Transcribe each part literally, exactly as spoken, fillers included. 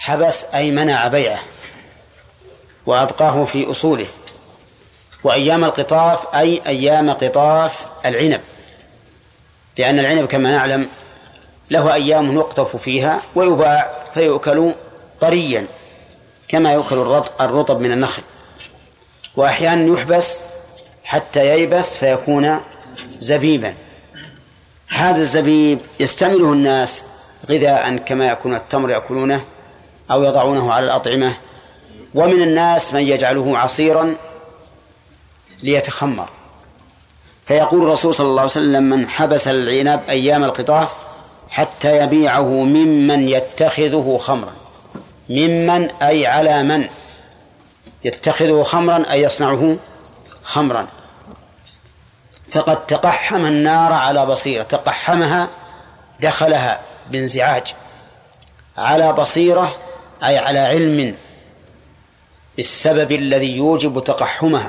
حبس أي منع بيعه وأبقاه في أصوله. وأيام القطاف أي أيام قطاف العنب، لأن العنب كما نعلم له أيام يقطف فيها ويباع فيؤكل طريا كما يؤكل الرطب من النخل، وأحيانا يحبس حتى ييبس فيكون زبيبا. هذا الزبيب يستعمله الناس غذاء كما يكون التمر يأكلونه أو يضعونه على الأطعمة، ومن الناس من يجعله عصيرا ليتخمر. فيقول الرسول صلى الله عليه وسلم: من حبس العنب أيام القطاف حتى يبيعه ممن يتخذه خمرا. ممن أي على من يتخذه خمرا أي يصنعه خمرا. فقد تقحم النار على بصيرة، تقحمها دخلها بانزعاج، على بصيرة أي على علم بالسبب الذي يوجب تقحمها.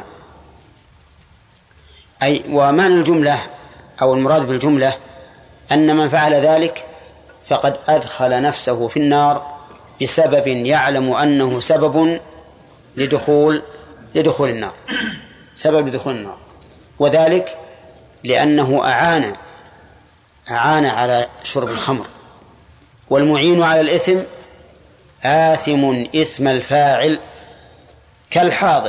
أي ومعنى الجملة أو المراد بالجملة أن من فعل ذلك فقد أدخل نفسه في النار بسبب يعلم أنه سبب لدخول لدخول النار، سبب لدخول النار، وذلك لأنه أعان أعان على شرب الخمر. والمعين على الإثم آثم إثم الفاعل كالحاضر.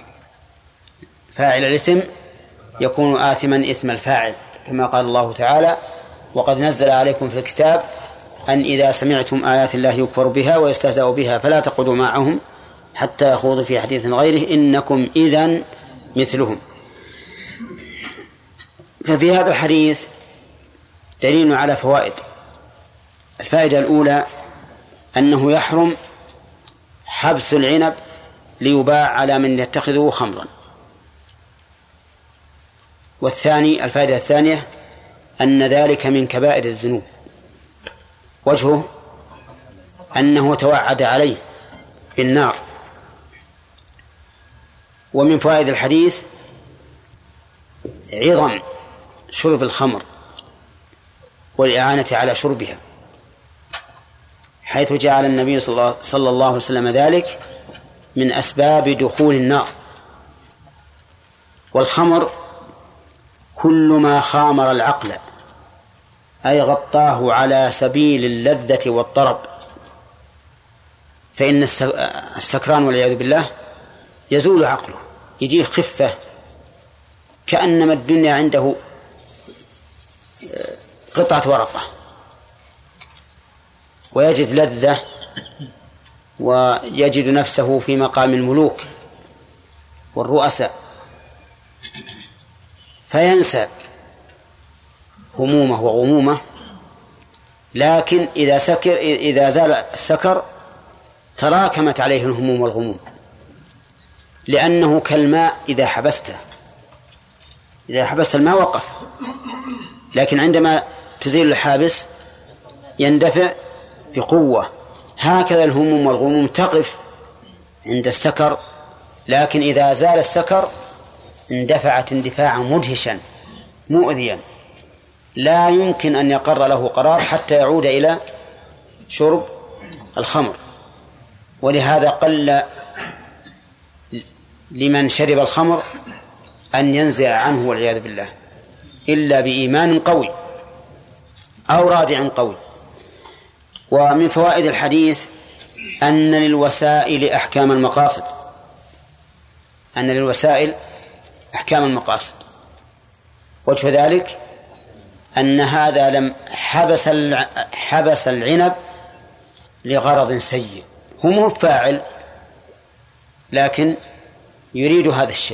فاعل الإثم يكون آثما إثم الفاعل، كما قال الله تعالى: وقد نزل عليكم في الكتاب أن إذا سمعتم آيات الله يكفر بها ويستهزأ بها فلا تقعدوا معهم حتى يخوضوا في حديث غيره إنكم إذن مثلهم. ففي هذا الحديث دليل على فوائد. الفائدة الأولى أنه يحرم حبس العنب ليباع على من يتخذه خمرا. والثاني الفائدة الثانية أن ذلك من كبائر الذنوب، وجهه أنه توعد عليه بالنار. ومن فوائد الحديث عظم شرب الخمر والإعانة على شربها، حيث جعل النبي صلى الله عليه وسلم ذلك من أسباب دخول النار. والخمر كل ما خامر العقل أي غطاه على سبيل اللذة والطرب، فإن السكران والعياذ بالله يزول عقله، يجيه خفة كأنما الدنيا عنده قطعة ورقة، ويجد لذة ويجد نفسه في مقام الملوك والرؤساء، فينسى همومه وغمومه. لكن إذا سكر إذا زال السكر تراكمت عليه الهموم والغموم، لأنه كالماء إذا حبسته إذا حبست الماء وقف، لكن عندما تزيل الحابس يندفع بقوة. هكذا الهموم والغموم تقف عند السكر، لكن إذا زال السكر اندفعت اندفاعا مدهشا مؤذيا لا يمكن أن يقر له قرار حتى يعود إلى شرب الخمر. ولهذا قل لمن شرب الخمر أن ينزع عنه والعياذ بالله إلا بإيمان قوي أو رادع قوي. ومن فوائد الحديث أن للوسائل أحكام المقاصد أن للوسائل أحكام المقاصد وجه ذلك أن هذا لم حبس حبس العنب لغرض سيء، هو مو فاعل لكن يريد هذا الشيء.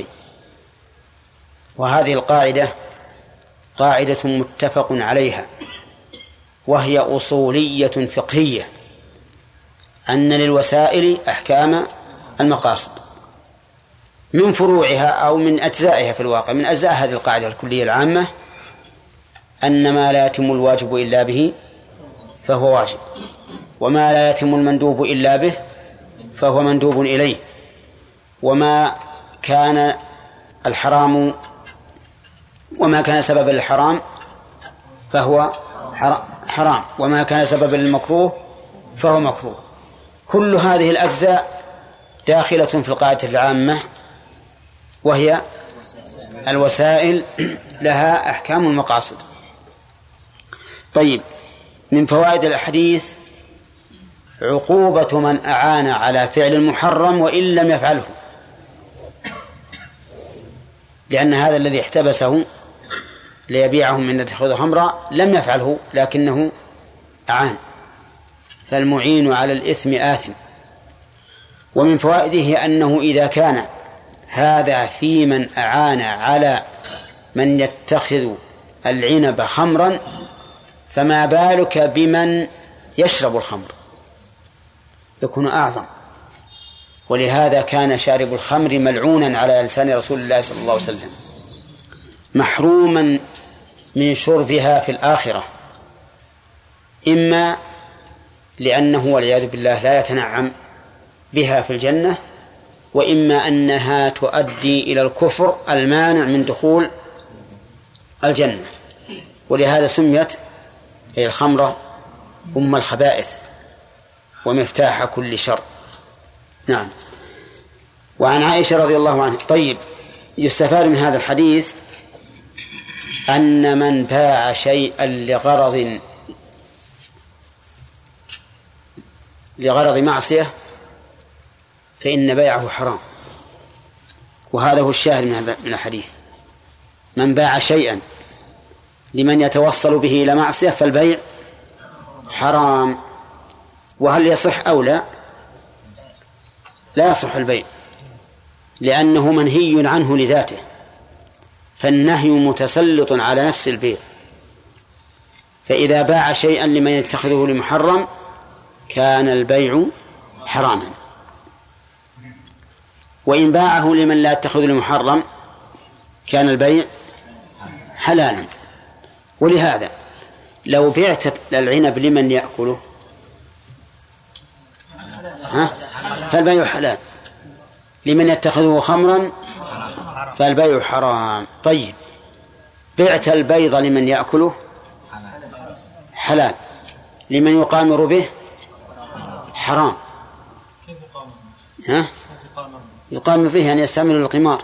وهذه القاعدة قاعدة متفق عليها، وهي أصولية فقهية، أن للوسائل أحكام المقاصد. من فروعها أو من أجزائها في الواقع، من أجزاء هذه القاعدة الكلية العامة أن ما لا يتم الواجب إلا به فهو واجب، وما لا يتم المندوب إلا به فهو مندوب إليه، وما كان الحرام وما كان سببا للحرام فهو حرام، وما كان سببا للمكروه فهو مكروه. كل هذه الأجزاء داخلة في القاعدة العامة، وهي الوسائل لها أحكام المقاصد. طيب، من فوائد الحديث عقوبة من أعان على فعل المحرم وإن لم يفعله، لأن هذا الذي احتبسه ليبيعه من يتخذ خمرا لم يفعله لكنه أعان، فالمعين على الإثم آثم. ومن فوائده أنه إذا كان هذا في من أعان على من يتخذ العنب خمرا، فما بالك بمن يشرب الخمر، يكون أعظم. ولهذا كان شارب الخمر ملعونا على لسان رسول الله صلى الله عليه وسلم، محروما من شربها في الآخرة، إما لأنه والعياذ بالله لا يتنعم بها في الجنة، وإما أنها تؤدي إلى الكفر المانع من دخول الجنة. ولهذا سميت الخمرة أم الخبائث ومفتاح كل شر. نعم. وعن عائشة رضي الله عنها. طيب، يستفاد من هذا الحديث أن من باع شيئا لغرض لغرض معصية فإن بيعه حرام، وهذا هو الشاهد من هذا من الحديث. من باع شيئا لمن يتوصل به إلى معصية فالبيع حرام. وهل يصح أو لا؟ لا يصح البيع، لأنه منهي عنه لذاته، فالنهي متسلط على نفس البيع. فإذا باع شيئا لمن يتخذه لمحرم كان البيع حراما، وإن باعه لمن لا يتخذه لمحرم كان البيع حلالا. ولهذا لو بعت العنب لمن يأكله ها فالبيع حلال، لمن يتخذه خمرا فالبيع حرام. طيب، بعت البيض لمن يأكله حلال، لمن يقامر به حرام. ها؟ يقامر به يعني يستعمله للقمار،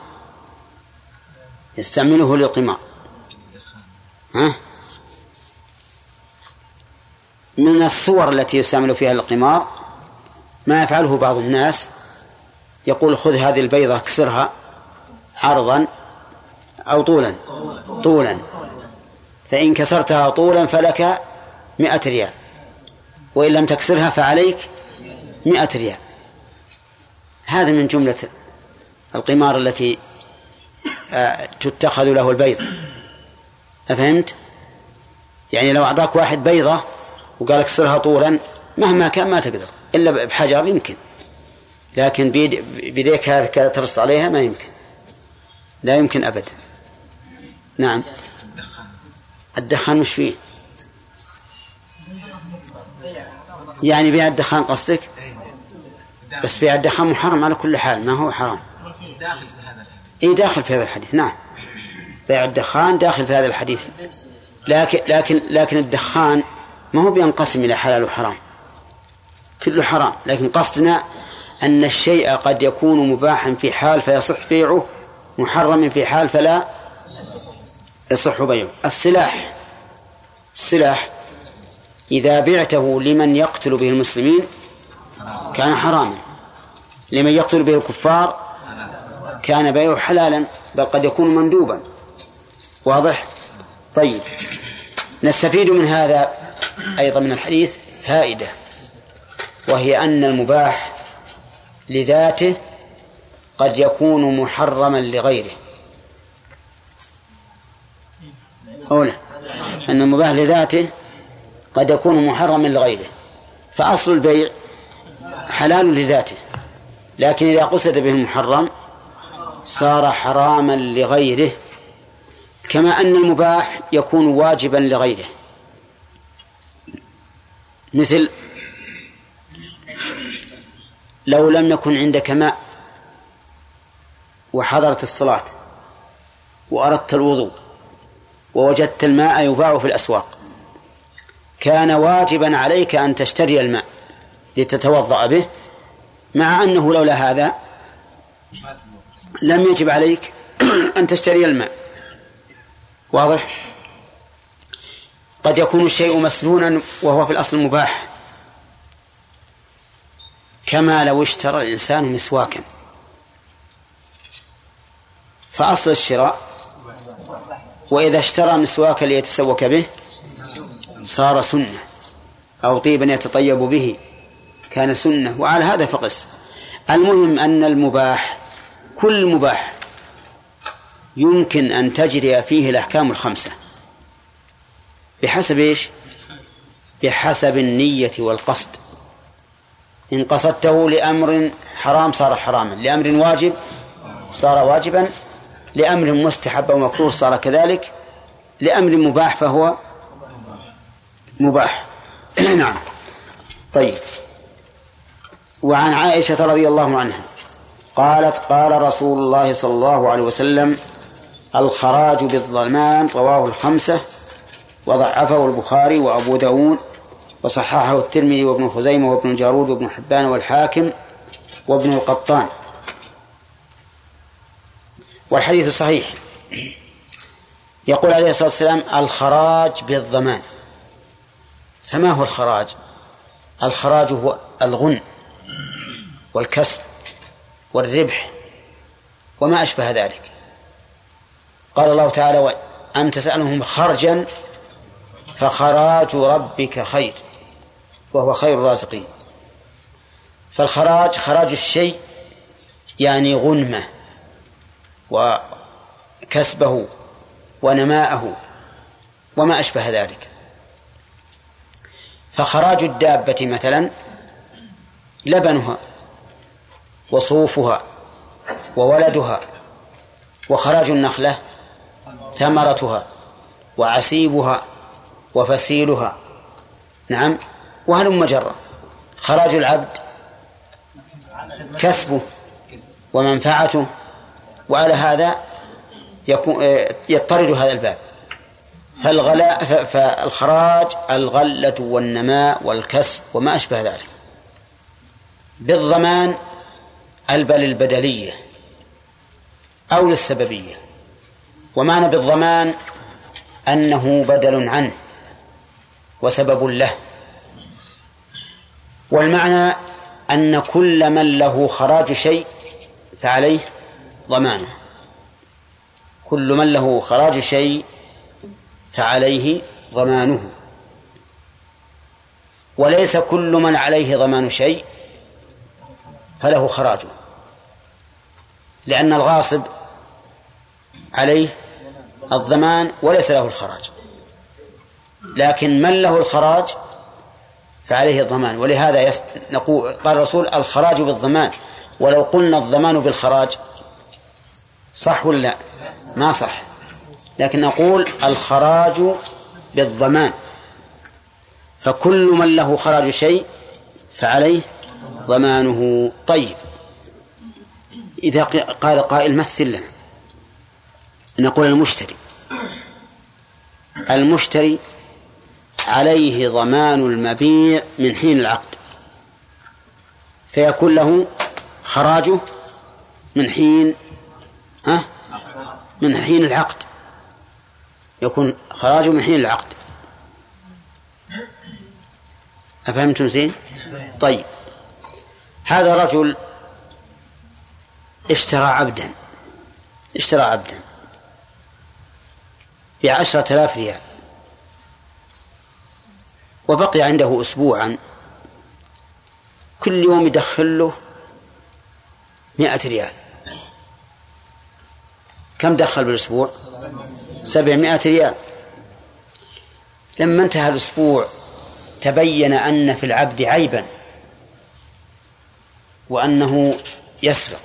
يستعمله للقمار. ها؟ من الصور التي يستعمل فيها القمار ما يفعله بعض الناس، يقول خذ هذه البيضة اكسرها عرضا أو طولا طولا فإن كسرتها طولا فلك مئة ريال، وإن لم تكسرها فعليك مئة ريال. هذا من جملة القمار التي تتخذ له البيض. أفهمت؟ يعني لو أعطاك واحد بيضة وقال اكسرها طولا مهما كان ما تقدر إلا بحجر يمكن، لكن بيديك هذا ترص عليها ما يمكن، لا يمكن أبدا. نعم. الدخان مش فيه؟ يعني بيع الدخان قصدك؟ بس بيع الدخان محرم على كل حال، ما هو حرام. إيه داخل في هذا الحديث. نعم، بيع الدخان داخل في هذا الحديث، لكن لكن لكن الدخان ما هو بينقسم إلى حلال وحرام، كله حرام. لكن قصدنا أن الشيء قد يكون مباحا في حال فيصح بيعه، محرم في حال فلا يصح بيعه. السلاح السلاح إذا بعته لمن يقتل به المسلمين كان حراما، لمن يقتل به الكفار كان بيعه حلالا، بل قد يكون مندوبا. واضح؟ طيب، نستفيد من هذا أيضا من الحديث فائدة، وهي أن المباح لذاته قد يكون محرما لغيره. أولا أن المباح لذاته قد يكون محرما لغيره، فأصل البيع حلال لذاته، لكن إذا قصد به المحرم صار حراما لغيره، كما أن المباح يكون واجبا لغيره. مثل لو لم يكن عندك ماء وحضرت الصلاة وأردت الوضوء ووجدت الماء يباع في الأسواق، كان واجبا عليك أن تشتري الماء لتتوضأ به، مع أنه لولا هذا لم يجب عليك أن تشتري الماء. واضح؟ قد يكون الشيء مسنونا وهو في الأصل مباح، كما لو اشترى الإنسان مسواكا، فأصل الشراء، وإذا اشترى مسواكا ليتسوك به صار سنة، أو طيبا يتطيب به كان سنة، وعلى هذا فقس. المهم أن المباح كل مباح يمكن أن تجري فيه الأحكام الخمسة بحسب إيش؟ بحسب النية والقصد. إن قصدته لأمر حرام صار حراما، لأمر واجب صار واجبا، لأمر مستحب أو مكروه صار كذلك، لأمر مباح فهو مباح. نعم. طيب. وعن عائشة رضي الله عنها قالت قال رسول الله صلى الله عليه وسلم: الخراج بالضمان، رواه الخمسة وضعفه البخاري وأبو داود وصححه الترمذي وابن خزيمة وابن الجارود وابن حبان والحاكم وابن القطان. والحديث صحيح. يقول عليه الصلاة والسلام: الخراج بالضمان. فما هو الخراج؟ الخراج هو الغنم والكسب والربح وما أشبه ذلك. قال الله تعالى: أم تسألهم خرجا فخراج ربك خير وهو خير الرازقين. فالخراج خراج الشيء يعني غنمه وكسبه ونماءه وما أشبه ذلك. فخراج الدابة مثلا لبنها وصوفها وولدها، وخراج النخلة ثمرتها وعسيبها وفسيلها. نعم. وهلم جرا. خراج العبد كسبه ومنفعته، وعلى هذا يكون يضطرد هذا الباب. فالغلاء فالخراج الغلة والنماء والكسب وما أشبه ذلك. بالضمان البل البدلية أو للسببية، ومعنى بالضمان أنه بدل عنه وسبب له. والمعنى أن كل من له خراج شيء فعليه ضمانه، كل من له خراج شيء فعليه ضمانه، وليس كل من عليه ضمان شيء فله خراجه، لأن الغاصب عليه الضمان وليس له الخراج، لكن من له الخراج فعليه الضمان. ولهذا نقول قال الرسول: الخراج بالضمان. ولو قلنا الضمان بالخراج صح ولا لا؟ ما صح، لكن نقول الخراج بالضمان، فكل من له خراج شيء فعليه ضمانه. طيب، إذا قال قائل: مثل لنا. نقول: المشتري المشتري عليه ضمان المبيع من حين العقد، فيكون له خراجه من حين ها من حين العقد، يكون خراجه من حين العقد. أفهمتم زين؟ طيب، هذا رجل اشترى عبدا اشترى عبدا بعشرة آلاف ريال، وبقي عنده أسبوعا، كل يوم يدخل له مئة ريال. كم دخل بالأسبوع؟ سبعمائة ريال. لما انتهى الأسبوع تبين أن في العبد عيبا، وأنه يسرق،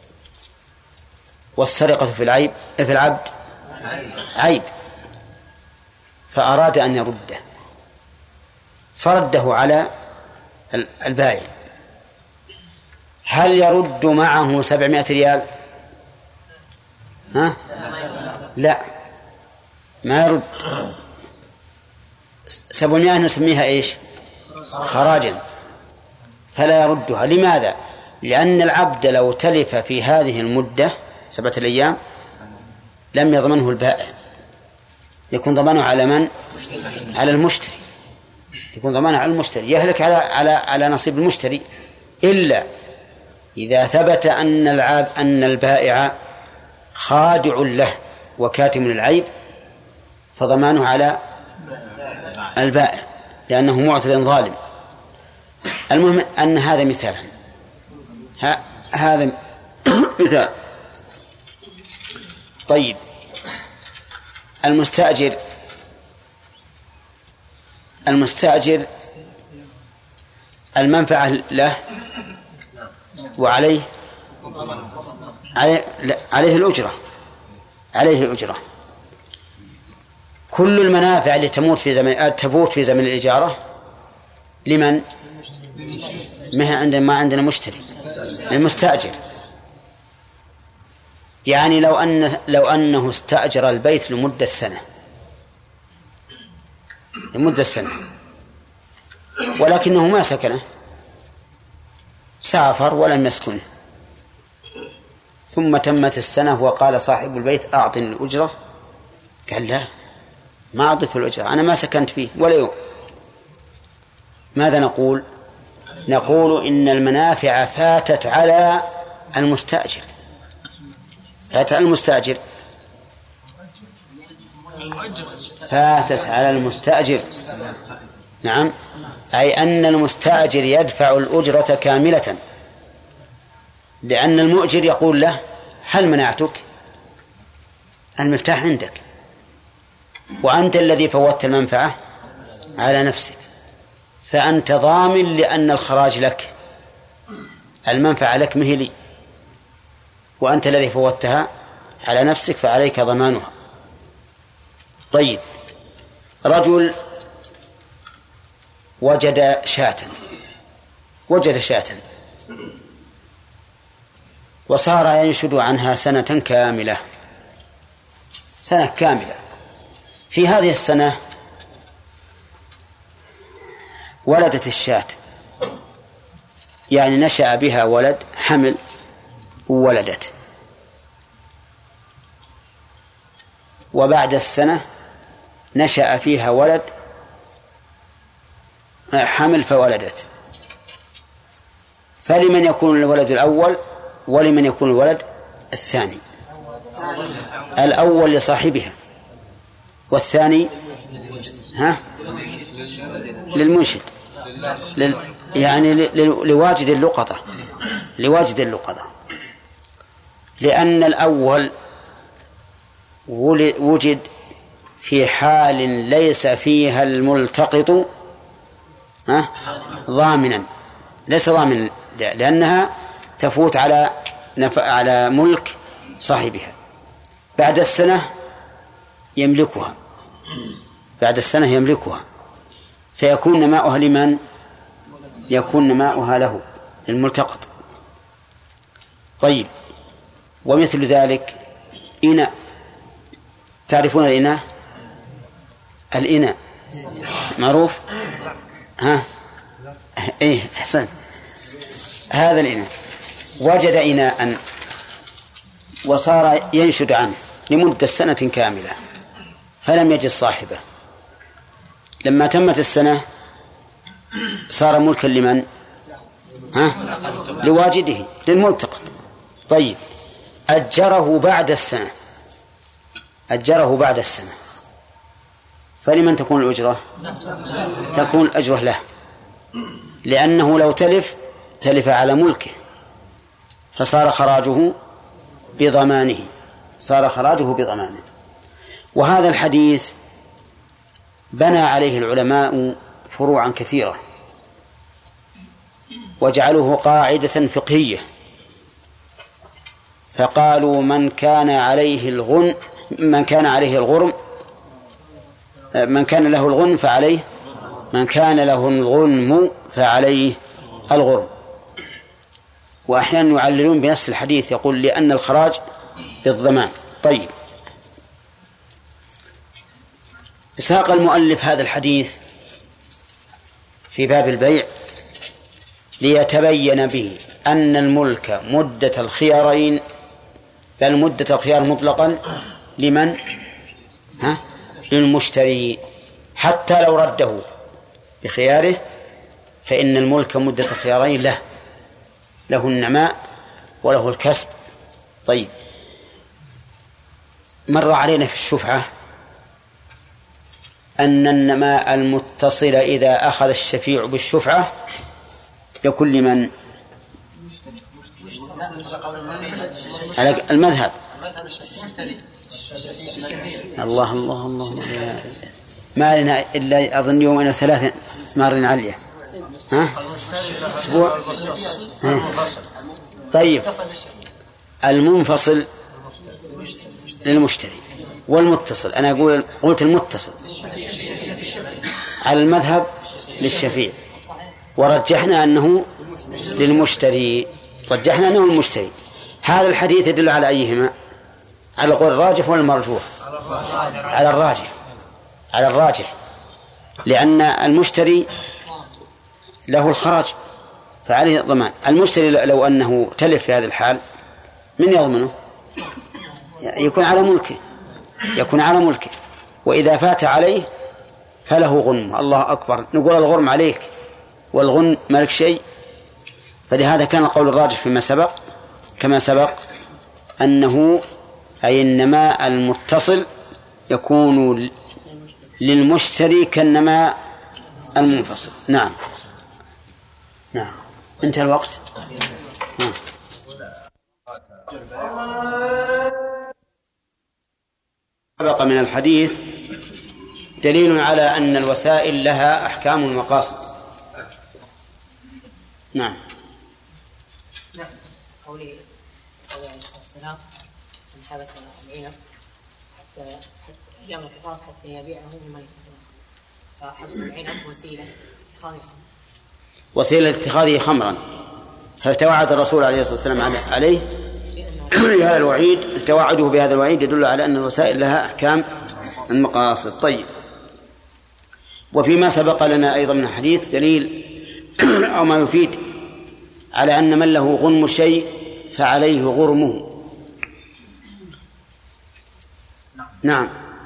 والسرقة في العيب في العبد عيب، فأراد أن يرده، فرده على البائع. هل يرد معه سبعمائة ريال؟ ها؟ لا، ما يرد. سبعمائة نسميها إيش؟ خراجا. فلا يردها. لماذا؟ لأن العبد لو تلف في هذه المدة سبعة الأيام لم يضمنه البائع، يكون ضمانه على من؟ على المشتري، يكون ضمانه على المشتري، يهلك على على على نصيب المشتري، إلا إذا ثبت أن العاب أن البائع خادع له وكاتم للعيب فضمانه على البائع لأنه معتد ظالم. المهم أن هذا مثال، هذا مثال. طيب، المستأجر المستأجر المنفعة له وعليه عليه, عليه الأجرة عليه الأجرة. كل المنافع التي تموت في زمن تفوت في زمن الإجارة لمن؟ ما عندنا ما عندنا مشتري، المستأجر. يعني لو أن لو أنه استأجر البيت لمدة سنة لمدة سنة ولكنه ما سكنه، سافر ولم يسكنه، ثم تمت السنة وقال صاحب البيت أعطني الأجرة، قال لا ما أعطيك الأجرة، أنا ما سكنت فيه ولا يوم. ماذا نقول؟ نقول إن المنافع فاتت على المستأجر فاتت على المستأجر فاتت على المستأجر نعم، أي أن المستأجر يدفع الأجرة كاملة، لأن المؤجر يقول له هل منعتك؟ المفتاح عندك وأنت الذي فوتت المنفعة على نفسك، فأنت ضامن لأن الخراج لك، المنفعة لك مهلي، وأنت الذي فوتها على نفسك فعليك ضمانها. طيب، رجل وجد شاة وجد شاة وصار ينشد عنها سنة كاملة سنة كاملة. في هذه السنة ولدت الشاة، يعني نشأ بها ولد، حمل وولدت، وبعد السنة نشأ فيها ولد حمل فولدت، فلمن يكون الولد الأول ولمن يكون الولد الثاني؟ الأول لصاحبها والثاني ها للمنشد، لل يعني لواجد اللقطة لواجد اللقطة لأن الأول وجد في حال ليس فيها الملتقط ها ضامنا، ليس ضامنا لأنها تفوت على على ملك صاحبها. بعد السنة يملكها بعد السنة يملكها فيكون نماؤها لمن؟ يكون نماؤها له للملتقط. طيب، ومثل ذلك إناء، تعرفون الإناء؟ الإناء معروف ها إيه أحسن، هذا الإناء وجد إناء وصار ينشد عنه لمدة سنة كاملة فلم يجد صاحبه، لما تمت السنة صار ملكا لمن؟ ها؟ لواجده للملتقط. طيب، أجره بعد السنة أجره بعد السنة فلمن تكون الأجرة؟ تكون الأجرة له، لأنه لو تلف تلف على ملكه فصار خراجه بضمانه صار خراجه بضمانه. وهذا الحديث بنى عليه العلماء فروعا كثيرة وجعلوه قاعدة فقهية، فقالوا من كان عليه الغن من كان عليه الغرم من كان له الغنم فعليه من كان له الغنم فعليه الغرم. وأحيانا يعللون بنفس الحديث، يقول لأن الخراج بالضمان. طيب، ساق المؤلف هذا الحديث في باب البيع ليتبين به أن الملك مدة الخيارين، بل مدة الخيار مطلقا لمن؟ ها؟ للمشتري، حتى لو رده بخياره فإن الملك مدة الخيارين له، له النماء وله الكسب. طيب، مر علينا في الشفعة أن النماء المتصل إذا أخذ الشفيع بالشفعة لكل من على المذهب. الله الله الله ما لنا إلا أظن يوم أو ثلاثة مارين عليا، ها أسبوع. طيب، المنفصل للمشتري والمتصل، أنا أقول قلت المتصل على المذهب للشفيع، ورجحنا أنه للمشتري، رجحنا أنه المشتري. هذا الحديث يدل على أيهما؟ على القول الراجح ولا المرجوح؟ على الراجح، على الراجح، لأن المشتري له الخراج فعليه ضمان. المشتري لو أنه تلف في هذا الحال من يضمنه؟ يكون على ملكه، يكون على ملكه، وإذا فات عليه فله غنم. الله أكبر، نقول الغرم عليك والغن مالك شيء. فلهذا كان القول الراجح فيما سبق كما سبق أنه أي النماء المتصل يكون للمشتري كالنماء المنفصل. نعم نعم، انتهى الوقت. نعم. سبق من الحديث دليل على أن الوسائل لها أحكام المقاصد. نعم. نعم، قولي عليه السلام من حبس العنب حتى أيام الكفارة حتى يبيعه ممن يتخذه، فحبس العنب وسيلة اتخاذ الخمر، وسيلة اتخاذه خمرا، فتوعد الرسول عليه الصلاة والسلام عليه بهذا الوعيد. توعده بهذا الوعيد يدل على أن الوسائل لها أحكام المقاصد. طيب، وفيما سبق لنا أيضا من الحديث دليل أو ما يفيد على أن من له غنم شيء فعليه غرمه. نعم.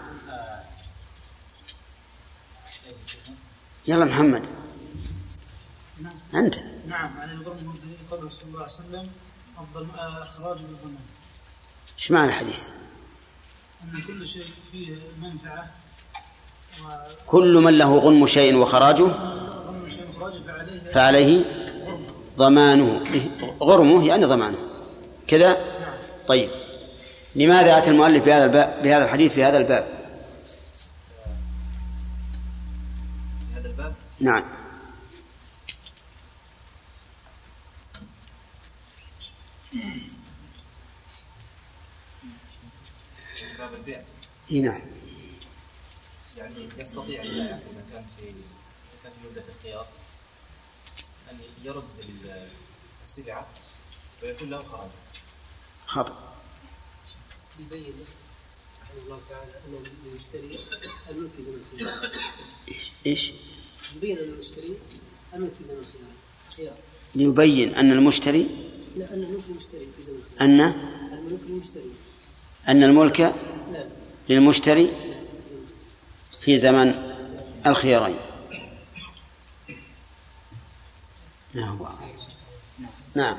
يلا محمد أنت. نعم، على الغرم قول صلى الله عليه وسلم أفضل إخراج بالضمان. إيش معنى الحديث؟ أن كل شيء فيه منفعة و... كل من له غنم شيء وخراجه غنم شيء وخراجه فعليه, فعليه ضمانه. غرمه يعني ضمانه كذا. نعم. طيب، لماذا أتى المؤلف بهذا الباب بهذا الحديث في هذا الباب؟ هذا الباب نعم. باب البيع. نعم. يعني يستطيع البائع إذا كان في كان في مدة الخيار أن يرد السلعة ويكون له خراج. خطأ. يبين رحمه الله تعالى أن المشتري الملك في زمن الخيار. إيش؟ يبين أن المشتري الملك في زمن الخيار. ليبين أن المشتري لا، أن الملك المشتري في زمن الخيار. أن الملك المشتري أن الملك لا. للمشتري في زمن الخيارين. نعم. نعم.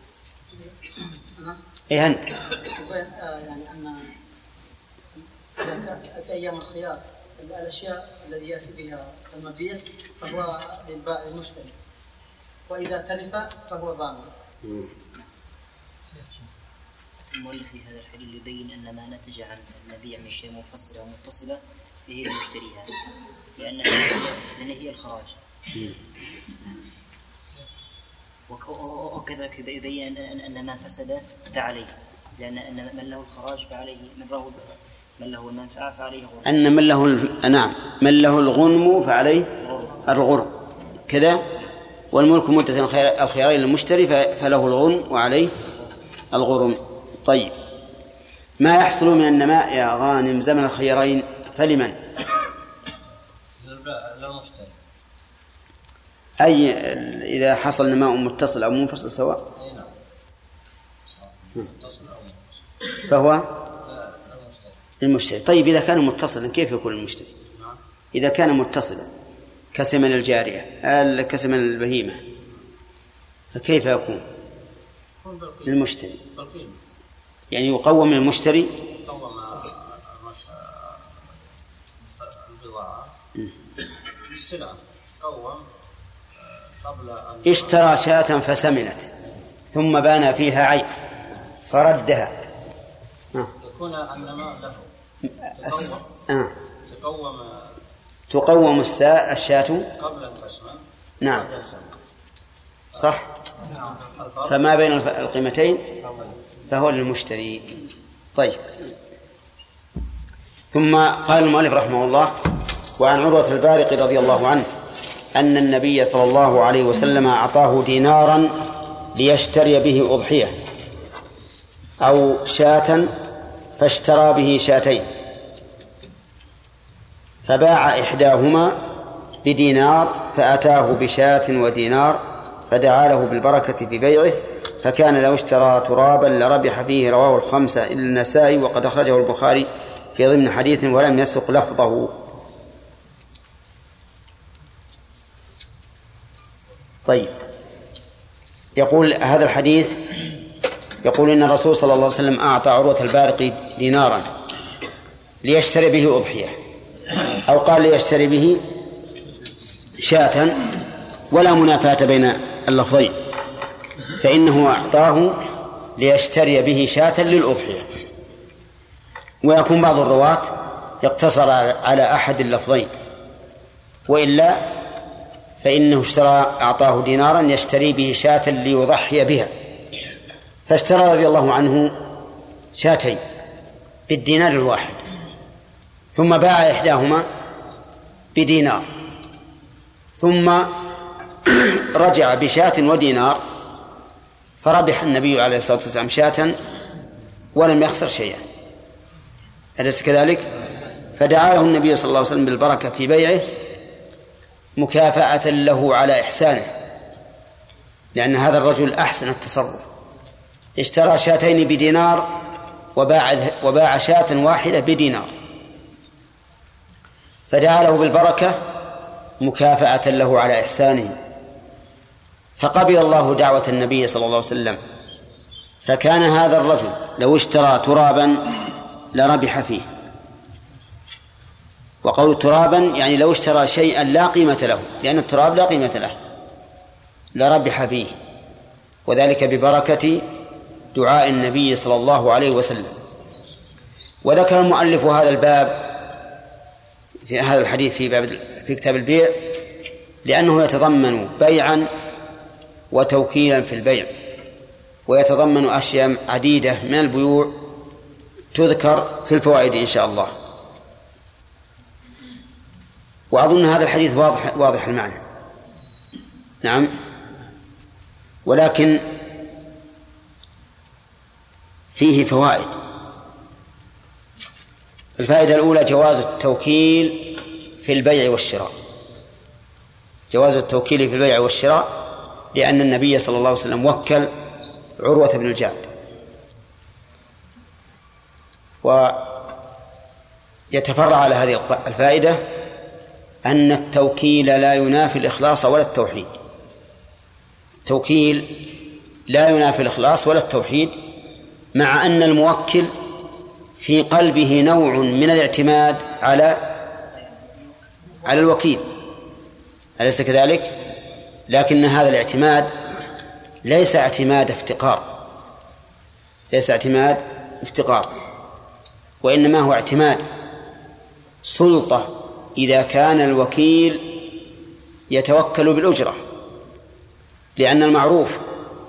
إيه أنت؟ يعني أن في أيام الخيار الأشياء الذي يأتي بها المبيع فهو للبائع المشتري، وإذا تلف فهو ضامن. المؤلف في هذا الحديث يبين أن ما نتج عن المبيع من شيء منفصلة ومتصلة به لمشتريها، لأنها لأن هي الخراج. وكذلك يبين أن ما فسد فعليه، لأن أن من له الخراج فعليه من له من له المنفعة فعليه غرم. أن من له نعم من له الغنم فعليه الغرم كذا، والملك مدة الخيارين للمشتري فله الغنم وعليه الغرم. طيب، ما يحصل من النماء يا غانم زمن الخيارين فلمن؟ أي إذا حصل نماء متصل أو منفصل سواء فهو المشتري. طيب إذا كان متصلا كيف يكون المشتري؟ إذا كان متصلا كسمن الجارية كسمن البهيمة فكيف يكون المشتري؟ يعني يقوم المشتري اشترى شاة فسمنت ثم بان فيها عيب فردها يكون النماء له أس... آه. تقوم تقوم الساء الشاة قبل القسمة. نعم صح. فما بين القيمتين فهو للمشتري. طيب ثم قال المؤلف رحمه الله وعن عروة البارقي رضي الله عنه أن النبي صلى الله عليه وسلم أعطاه دينارا ليشتري به أضحية أو شاة فاشترى به شاتين فباع إحداهما بدينار فأتاه بشاة ودينار فدعا له بالبركة في بيعه فكان لو اشترى ترابا لربح فيه. رواه الخمسة إلا النسائي وقد أخرجه البخاري في ضمن حديث ولم يسق لفظه. طيب يقول هذا الحديث يقول إن الرسول صلى الله عليه وسلم أعطى عروة البارقي دينارا ليشتري به أضحية أو قال ليشتري به شاة ولا منافاة بين اللفظين فإنه أعطاه ليشتري به شاة للأضحية. ويكون بعض الرواة يقتصر على أحد اللفظين وإلا فإنه اشترى أعطاه دينارا يشتري به شاة ليضحي بها فاشترى رضي الله عنه شاتين بالدينار الواحد ثم باع إحداهما بدينار ثم رجع بشاة ودينار فربح النبي عليه الصلاة والسلام شاة ولم يخسر شيئا. أليس كذلك؟ فدعا له النبي صلى الله عليه وسلم بالبركة في بيعه مكافأة له على إحسانه لأن هذا الرجل أحسن التصرف اشترى شاتين بدينار وباع, وباع شاة واحدة بدينار فدعا له بالبركة مكافأة له على إحسانه فقبل الله دعوة النبي صلى الله عليه وسلم فكان هذا الرجل لو اشترى ترابا لربح فيه. وقول ترابا يعني لو اشترى شيئا لا قيمة له لأن التراب لا قيمة له لربح فيه وذلك ببركة دعاء النبي صلى الله عليه وسلم. وذكر المؤلف هذا الباب في هذا الحديث في باب في كتاب البيع لأنه يتضمن بيعا وتوكيلا في البيع ويتضمن أشياء عديدة من البيوع تذكر في الفوائد إن شاء الله. وأظن هذا الحديث واضح واضح المعنى. نعم ولكن فيه فوائد. الفائدة الأولى جواز التوكيل في البيع والشراء جواز التوكيل في البيع والشراء لأن النبي صلى الله عليه وسلم وكل عروة بن الجعد. ويتفرع على هذه الفائدة أن التوكيل لا ينافي الإخلاص ولا التوحيد. التوكيل لا ينافي الإخلاص ولا التوحيد مع أن الموكل في قلبه نوع من الاعتماد على على الوكيل أليس كذلك؟ لكن هذا الاعتماد ليس اعتماد افتقار ليس اعتماد افتقار وإنما هو اعتماد سلطة إذا كان الوكيل يتوكل بالأجرة لأن المعروف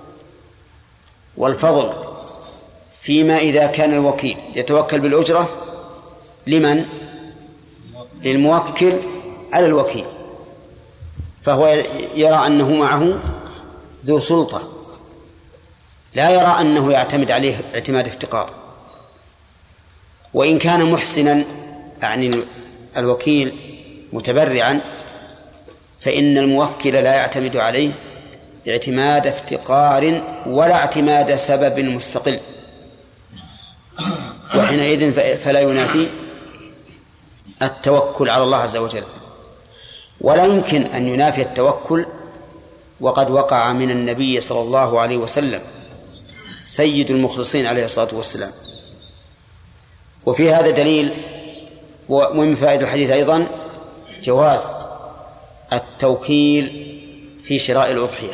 والفضل فيما إذا كان الوكيل يتوكل بالأجرة لمن؟ للموكل على الوكيل فهو يرى أنه معه ذو سلطة لا يرى أنه يعتمد عليه اعتماد افتقار. وإن كان محسنا يعني الوكيل متبرعا فإن الموكل لا يعتمد عليه اعتماد افتقار ولا اعتماد سبب مستقل، وحينئذ فلا ينافي التوكل على الله عز وجل. ولا يمكن أن ينافي التوكل وقد وقع من النبي صلى الله عليه وسلم سيد المخلصين عليه الصلاة والسلام. وفي هذا دليل، ومن فائدة الحديث أيضا جواز التوكيل في شراء الأضحية،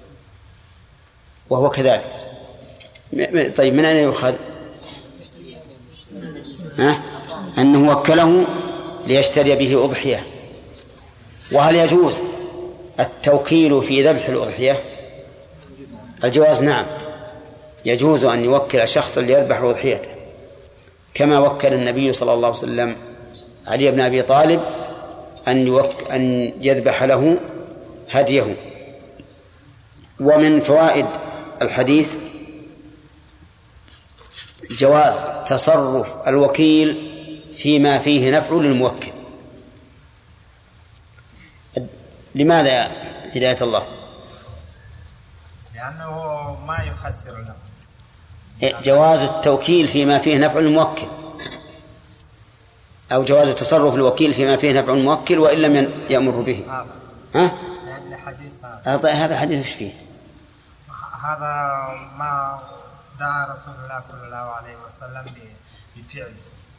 وهو كذلك. طيب من أين يؤخذ؟ ها؟ أنه وكله ليشتري به أضحية. وهل يجوز التوكيل في ذبح الأضحية؟ الجواز نعم، يجوز أن يوكل شخصا ليذبح أضحيته، كما وكل النبي صلى الله عليه وسلم علي بن أبي طالب أن, يوك أن يذبح له هديه. ومن فوائد الحديث جواز تصرف الوكيل فيما فيه نفع للموكل. لماذا يا هداية الله؟ لأنه ما يخسر له. جواز التوكيل فيما فيه نفع الموكل، أو جواز تصرف الوكيل فيما فيه نفع الموكل وإن لم يأمر به. ها؟ هذا هذا الحديث ايش فيه؟ هذا ما دعا رسول الله صلى الله عليه وسلم بفعله.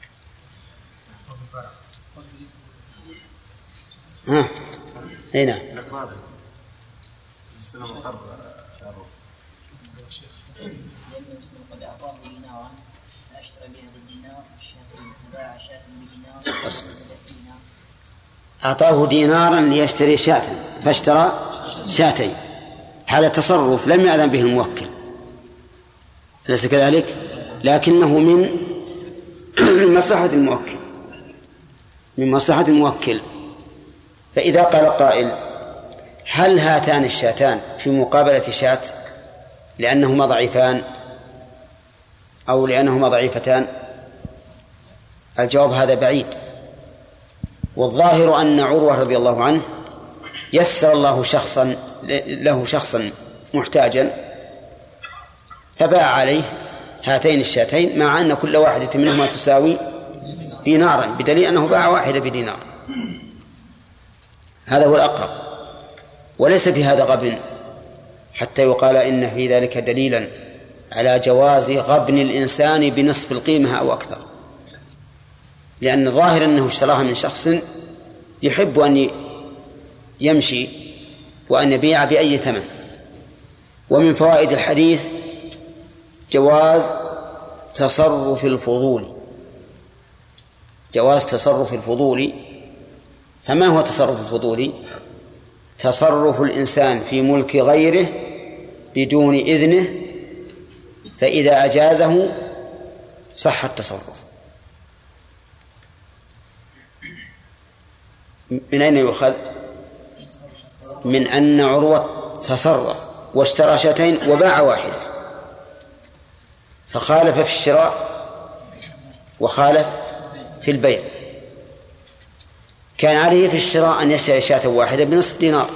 ها؟ اي نعم. قد أعطاه دينارا فأشترى بهذا الدينار شاتين، فباع شاة بدينار. أعطاه دينارا ليشتري شاة فاشترى شاتين، هذا تصرف لم يأذن به الموكل، أليس كذلك؟ لكنه من من مصلحة الموكل، من مصلحة الموكل. فإذا قال قائل: هل هاتان الشاتان في مقابلة شاة لأنهما ضعيفان أو لأنهما ضعيفتان؟ الجواب هذا بعيد. والظاهر أن عروة رضي الله عنه يسر الله شخصا له شخصا محتاجا فباع عليه هاتين الشاتين، مع أن كل واحدة منهما تساوي دينارا، بدليل أنه باع واحدة بدينار. هذا هو الأقرب، وليس في هذا غبن حتى يقال إن في ذلك دليلا على جواز غبن الإنسان بنصف القيمة أو أكثر، لأن الظاهر أنه اشتراها من شخص يحب أن يمشي وأن يبيع بأي ثمن. ومن فوائد الحديث جواز تصرف الفضول، جواز تصرف الفضول. فما هو تصرف الفضول؟ تصرف الإنسان في ملك غيره بدون إذنه، فإذا أجازه صح التصرف. من أين يؤخذ؟ من أن عروة تصرف واشترى شاتين وباع واحدة، فخالف في الشراء وخالف في البيع. كان عليه في الشراء أن يشتري شاة واحدة بنصف دينار،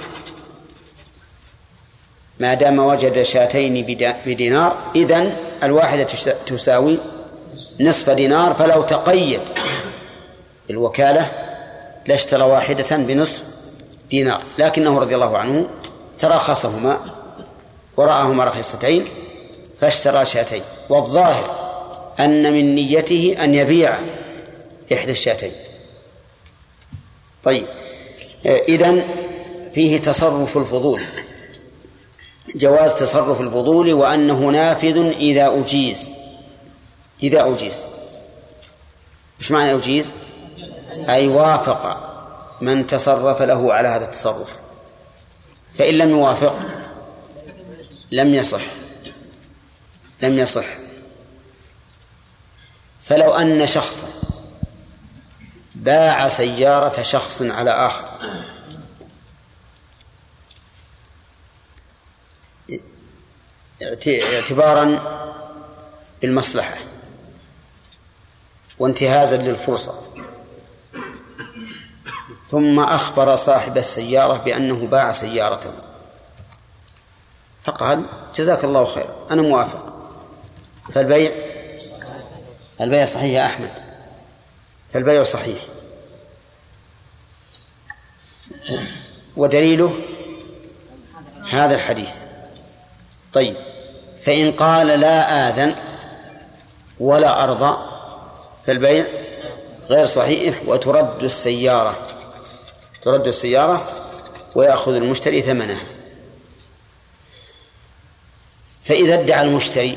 ما دام وجد شاتين بدينار إذن الواحدة تساوي نصف دينار، فلو تقيد الوكالة لاشترى واحدة بنصف دينار، لكنه رضي الله عنه ترخصهما ورآهما رخيصتين فاشترى شاتين. والظاهر أن من نيته أن يبيع إحدى الشاتين. طيب، إذن فيه تصرف الفضول، جواز تصرف الفضول، وأنه نافذ إذا أجيز. إذا أجيز مش معنى أجيز؟ أي وافق من تصرف له على هذا التصرف، فإن لم يوافق لم يصح لم يصح فلو أن شخصا باع سيارة شخص على آخر اعتبارا بالمصلحة وانتهازا للفرصة، ثم أخبر صاحب السيارة بأنه باع سيارته فقال جزاك الله خير أنا موافق، فالبيع البيع صحيح يا أحمد، فالبيع صحيح. ودليله هذا الحديث. طيب، فإن قال لا آذن ولا أرضى فالبيع غير صحيح وترد السيارة ترد السيارة ويأخذ المشتري ثمنها. فإذا ادعى المشتري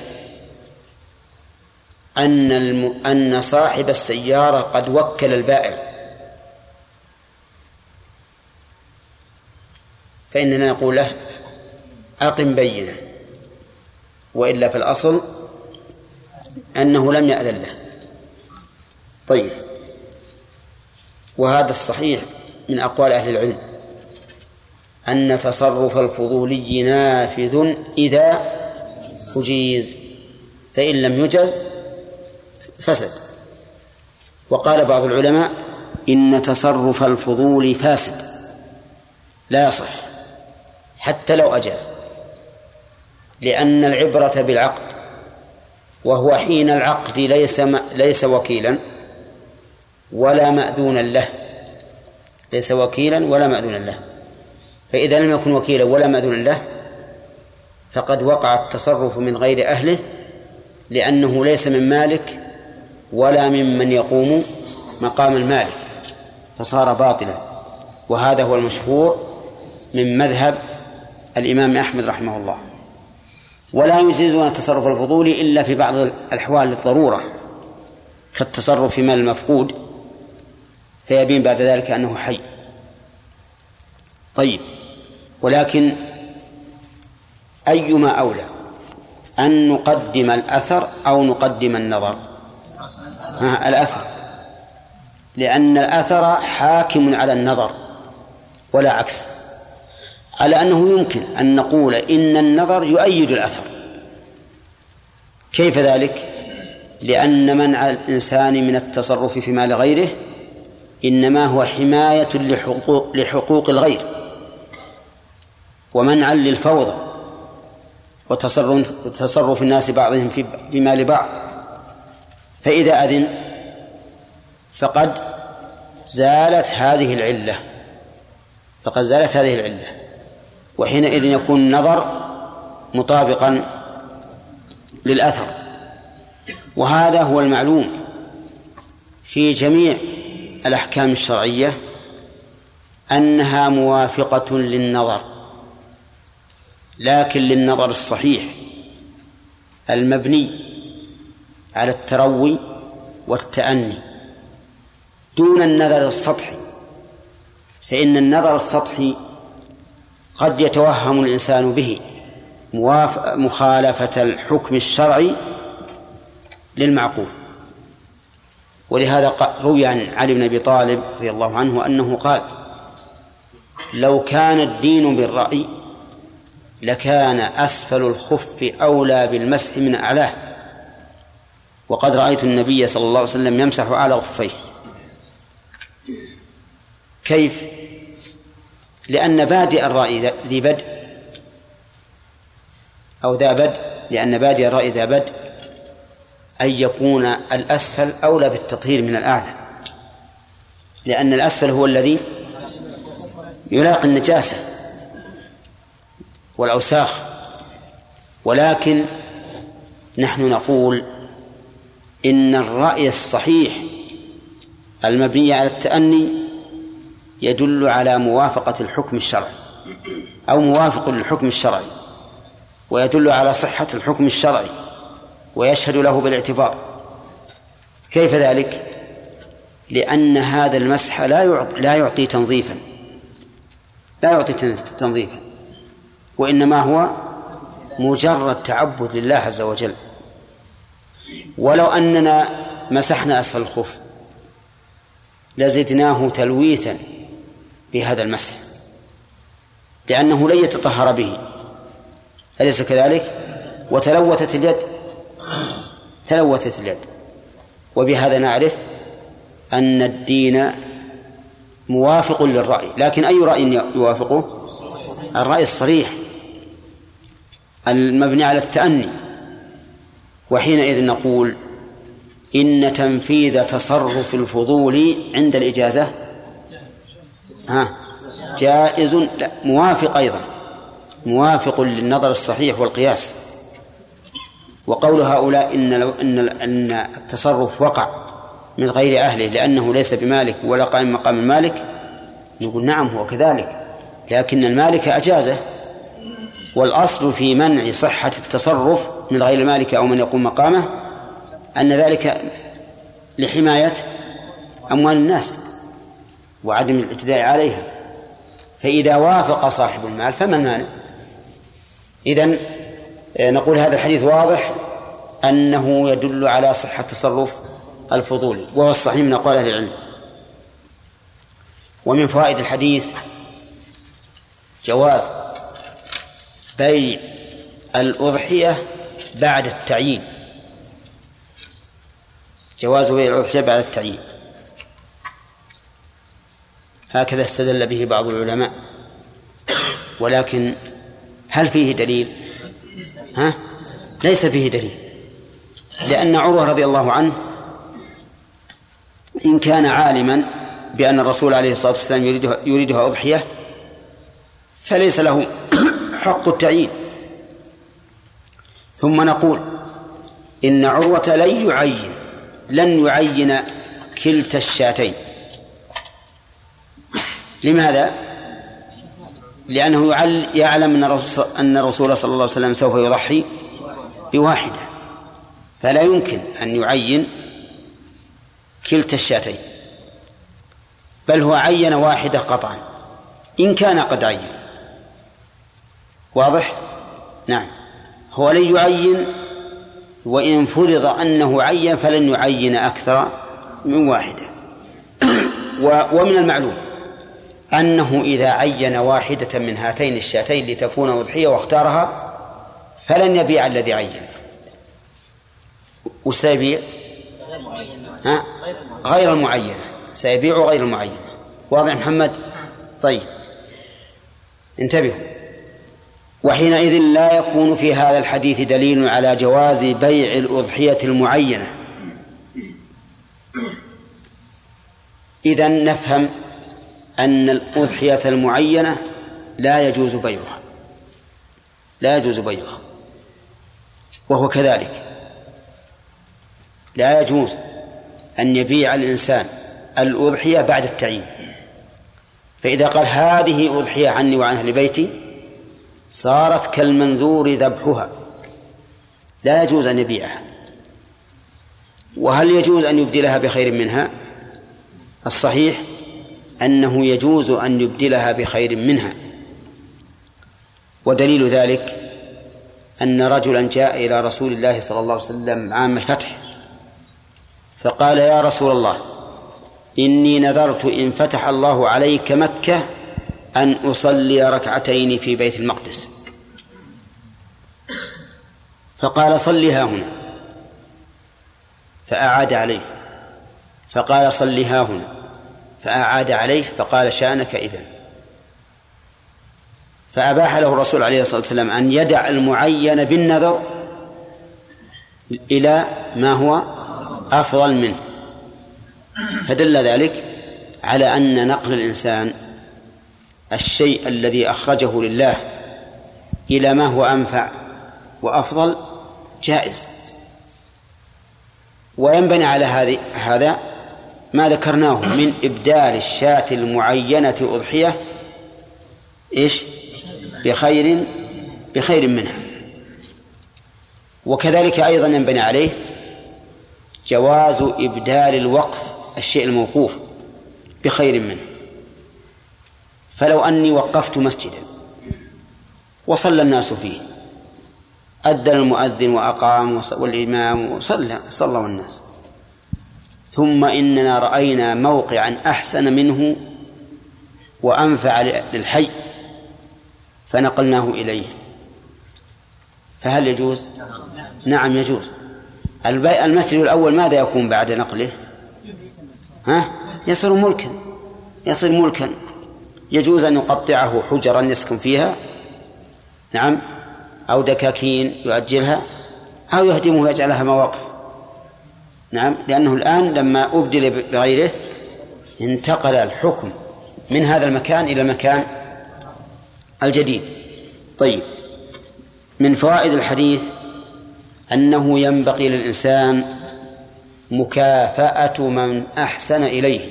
أن الم... أن صاحب السيارة قد وكل البائع فإننا نقول له أقم بينة، وإلا في الأصل أنه لم يأذن له. طيب، وهذا الصحيح من أقوال أهل العلم أن تصرف الفضولي نافذ إذا أجيز، فإن لم يجز فسد. وقال بعض العلماء إن تصرف الفضول فاسد لا يصح حتى لو أجاز، لأن العبرة بالعقد، وهو حين العقد ليس ليس وكيلا ولا مأذونا له ليس وكيلا ولا مأذونا له فإذا لم يكن وكيلا ولا مأذونا له فقد وقع التصرف من غير أهله، لأنه ليس من مالك ولا ممن يقوم مقام المالك، فصار باطلا. وهذا هو المشهور من مذهب الإمام أحمد رحمه الله. ولا يجيزون التصرف الفضولي إلا في بعض الأحوال للضرورة، كالتصرف في مال المفقود فيبين بعد ذلك أنه حي. طيب، ولكن أيما أولى أن نقدم الأثر أو نقدم النظر؟ ها الأثر، لأن الأثر حاكم على النظر ولا عكس، على أنه يمكن أن نقول إن النظر يؤيد الأثر. كيف ذلك؟ لأن منع الإنسان من التصرف في مال غيره إنما هو حماية لحقوق, لحقوق الغير ومنعا للفوضى وتصرف, وتصرف الناس بعضهم في, في مال بعض. فإذا أذن فقد زالت هذه العلة فقد زالت هذه العلة وحينئذ يكون النظر مطابقا للأثر. وهذا هو المعلوم في جميع الأحكام الشرعية أنها موافقة للنظر، لكن للنظر الصحيح المبني على التروي والتأني دون النظر السطحي. فإن النظر السطحي قد يتوهم الإنسان به مخالفة الحكم الشرعي للمعقول. ولهذا روي عن علي بن أبي طالب رضي الله عنه أنه قال: لو كان الدين بالرأي لكان أسفل الخف أولى بالمسح من أعلاه، وقد رأيت النبي صلى الله عليه وسلم يمسح على خفيه. كيف؟ لأن بادئ الرأي ذي بدء أو ذا بدء لأن بادئ الرأي ذا بدء أن يكون الأسفل أولى بالتطهير من الأعلى، لأن الأسفل هو الذي يلاقي النجاسة والأوساخ. ولكن نحن نقول إن الرأي الصحيح المبني على التأني يدل على موافقة الحكم الشرعي أو موافق للحكم الشرعي، ويدل على صحة الحكم الشرعي ويشهد له بالاعتبار. كيف ذلك؟ لأن هذا المسح لا يعطي, لا يعطي تنظيفا لا يعطي تنظيفا وإنما هو مجرد تعبد لله عز وجل. ولو أننا مسحنا أسفل الخف لزدناه تلويثا بهذا المسح، لأنه لن يتطهر به، أليس كذلك؟ وتلوثت اليد تلوثت اليد وبهذا نعرف أن الدين موافق للرأي، لكن أي رأي يوافقه؟ الرأي الصريح المبني على التأني. وحينئذ نقول إن تنفيذ تصرف الفضول عند الإجازة ها جائز، لا موافق أيضا، موافق للنظر الصحيح والقياس. وقول هؤلاء إن, لو إن, إن التصرف وقع من غير أهله لأنه ليس بمالك ولا قائم مقام المالك، نقول نعم هو كذلك، لكن المالك أجازه. والأصل في منع صحة التصرف من غير المالك أو من يقوم مقامه أن ذلك لحماية أموال الناس وعدم الاعتداء عليها، فإذا وافق صاحب المال فما المانع؟ إذن نقول هذا الحديث واضح أنه يدل على صحة تصرف الفضولي، وهو الصحيح من أقوال أهل العلم. ومن فوائد الحديث جواز بيع الأضحية بعد التعيين، جواز بيع الأضحية بعد التعيين، هكذا استدل به بعض العلماء. ولكن هل فيه دليل؟ ها؟ ليس فيه دليل، لأن عروة رضي الله عنه إن كان عالما بأن الرسول عليه الصلاة والسلام يريدها, يريدها أضحية فليس له حق التعيين. ثم نقول إن عروة لن يعين لن يعين كلتا الشاتين. لماذا؟ لأنه يعلم أن الرسول صلى الله عليه وسلم سوف يضحي بواحدة، فلا يمكن أن يعين كلتا الشاتين، بل هو عين واحدة قطعا إن كان قد عين. واضح؟ نعم، هو لن يعين، وإن فرض أنه عين فلن يعين أكثر من واحدة. ومن المعلوم أنه إذا عين واحدة من هاتين الشاتين لتكون أضحية واختارها فلن يبيع الذي عين، وسيبيع ها؟ غير المعينة، سيبيع غير المعينة. واضح محمد؟ طيب انتبهوا. وحينئذ لا يكون في هذا الحديث دليل على جواز بيع الأضحية المعينة. إذن نفهم أن الأضحية المعينة لا يجوز بيعها، لا يجوز بيعها، وهو كذلك لا يجوز أن يبيع الإنسان الأضحية بعد التعيين. فإذا قال هذه أضحية عني وعن أهل بيتي صارت كالمنذور ذبحها، لا يجوز أن يبيعها. وهل يجوز أن يبدلها بخير منها؟ الصحيح أنه يجوز أن يبدلها بخير منها. ودليل ذلك أن رجلا جاء إلى رسول الله صلى الله عليه وسلم عام الفتح فقال يا رسول الله إني نذرت إن فتح الله عليك مكة أن أصلي ركعتين في بيت المقدس. فقال صلها هنا، فأعاد عليه، فقال صلها هنا، فأعاد عليه، فقال شأنك إذن. فأباح له الرسول عليه الصلاة والسلام أن يدع المعين بالنذر إلى ما هو أفضل منه. فدل ذلك على أن نقل الإنسان الشيء الذي أخرجه لله إلى ما هو أنفع وأفضل جائز. وينبني على هذه هذا ما ذكرناه من إبدال الشاة المعينة أضحية إيش بخير بخير منها. وكذلك أيضا ينبني عليه جواز إبدال الوقف الشيء الموقوف بخير منه. فلو أني وقفت مسجدا وصلى الناس فيه، أذن المؤذن وأقام والإمام وصلى صلى الناس، ثم إننا رأينا موقعا أحسن منه وأنفع للحي فنقلناه إليه، فهل يجوز؟ نعم يجوز. المسجد الأول ماذا يكون بعد نقله؟ ها؟ يصير ملكا، يصير ملكا، يجوز أن يقطعه حجرا يسكن فيها، نعم، أو دكاكين يؤجلها، أو يهدمه ويجعلها مواقف، نعم، لأنه الآن لما أبدل بغيره انتقل الحكم من هذا المكان إلى المكان الجديد. طيب، من فوائد الحديث أنه ينبغي للإنسان مكافأة من أحسن إليه.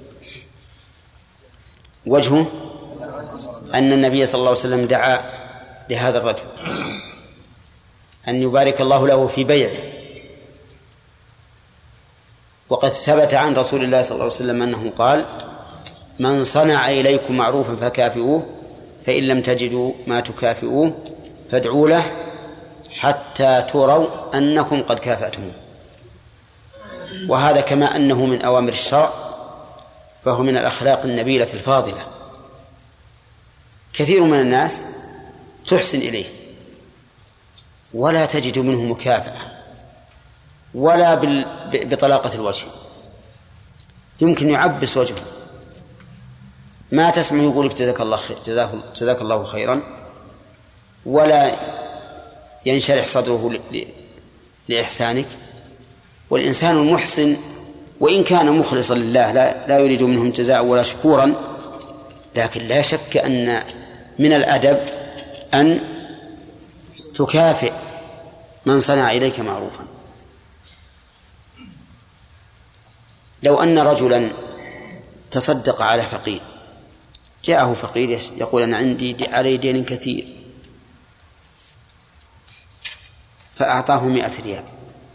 وجهه أن النبي صلى الله عليه وسلم دعا لهذا الرجل أن يبارك الله له في بيعه، وقد ثبت عن رسول الله صلى الله عليه وسلم أنه قال: من صنع إليكم معروفا فكافئوه، فإن لم تجدوا ما تكافئوه فادعوا له حتى تروا أنكم قد كافأتموه. وهذا كما أنه من أوامر الشرع فهو من الأخلاق النبيلة الفاضلة. كثير من الناس تحسن إليه ولا تجد منه مكافأة ولا بطلاقة الوجه، يمكن يعبس وجهه، ما تسمع يقولك جزاك الله خير، جزاك الله خيرا، ولا ينشرح صدره لإحسانك. والإنسان المحسن وإن كان مخلصا لله لا, لا يريد منهم جزاء ولا شكورا، لكن لا شك أن من الأدب أن تكافئ من صنع إليك معروفا. لو أن رجلا تصدق على فقير، جاءه فقير يقول: أنا عندي علي دين كثير، فأعطاه مئة ريال،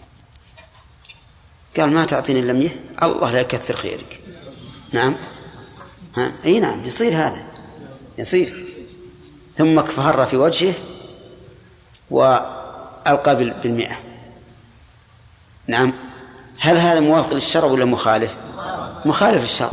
قال: ما تعطيني إلا مئة، الله لا يكثر خيرك. نعم، ها. أي نعم، يصير هذا، يصير. ثم كفر في وجهه وألقى بالمئة. نعم، هل هذا موافق للشرع ولا مخالف؟ مخالف للشرع.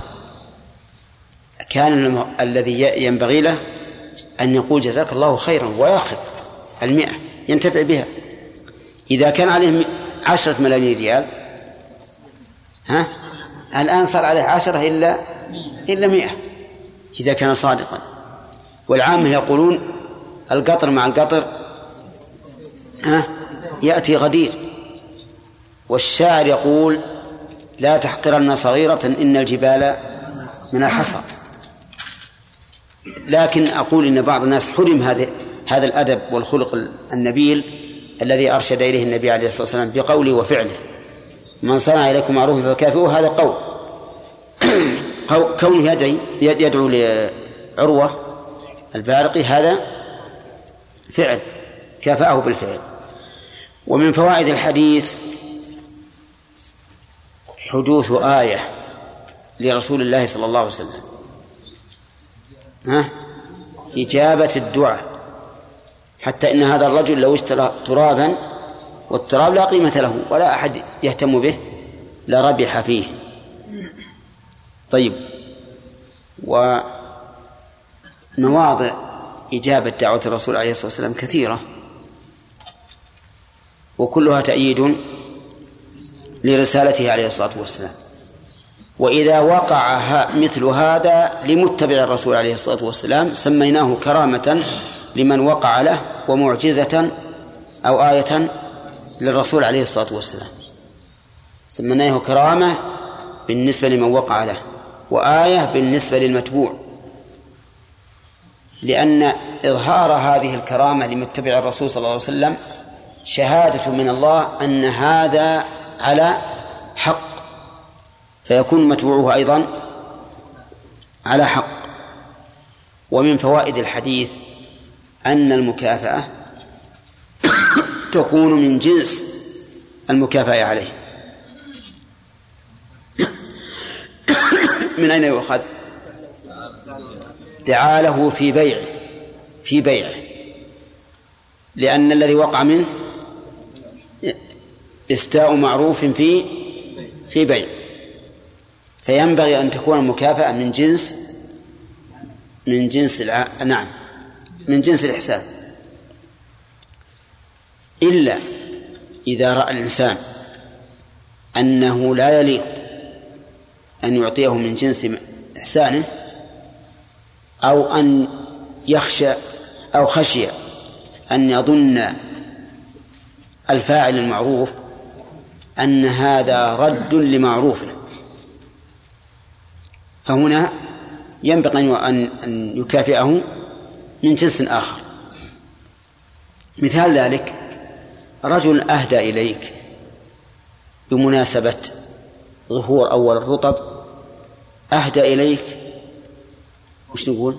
كان الذي ينبغي له أن يقول جزاك الله خيرا ويأخذ المئة ينتفع بها. إذا كان عليه عشرة ملايين ريال، ها، الآن صار عليه عشرة إلا إلا مئة إذا كان صادقا. والعامة يقولون القطر مع القطر ها يأتي غدير. والشاعر يقول: لا تحقرن صغيرة إن الجبال من الحصى. لكن أقول إن بعض الناس حرم هذا هذا الأدب والخلق النبيل الذي أرشد إليه النبي عليه الصلاة والسلام بقوله وفعله: من صنع إليكم معروفا فكافئوه. هذا قول. كونه يدعي يدعو لعروة البارقي هذا فعل، كافأه بالفعل. ومن فوائد الحديث حدوث آية لرسول الله صلى الله عليه وسلم، ها، إجابة الدعاء، حتى إن هذا الرجل لو اشترى ترابا والتراب لا قيمة له ولا أحد يهتم به لربح فيه. طيب، ومواضع إجابة دعوة الرسول عليه الصلاة والسلام كثيرة، وكلها تأييد لرسالته عليه الصلاة والسلام. وإذا وقع مثل هذا لمتبع الرسول عليه الصلاة والسلام سميناه كرامة لمن وقع له، ومعجزة أو آية للرسول عليه الصلاة والسلام. سميناه كرامة بالنسبة لمن وقع له، وآية بالنسبة للمتبوع، لأن إظهار هذه الكرامة لمتبع الرسول صلى الله عليه وسلم شهادة من الله أن هذا على حق، فيكون متبوعه أيضا على حق. ومن فوائد الحديث أن المكافأة تكون من جنس المكافأة عليه. من أين يؤخذ؟ دعا له في بيعه في بيعه لأن الذي وقع منه استاء معروف في في بيع، فينبغي أن تكون المكافأة من جنس من جنس الع... نعم من جنس الإحسان، إلا إذا رأى الإنسان أنه لا يليق أن يعطيه من جنس إحسانه أو أن يخشى أو خشي أن يظن الفاعل المعروف أن هذا رد لمعروفه، فهنا ينبغي أن يكافئه من جنس آخر. مثال ذلك رجل أهدى إليك بمناسبة ظهور أول الرطب، أهدى إليك وش نقول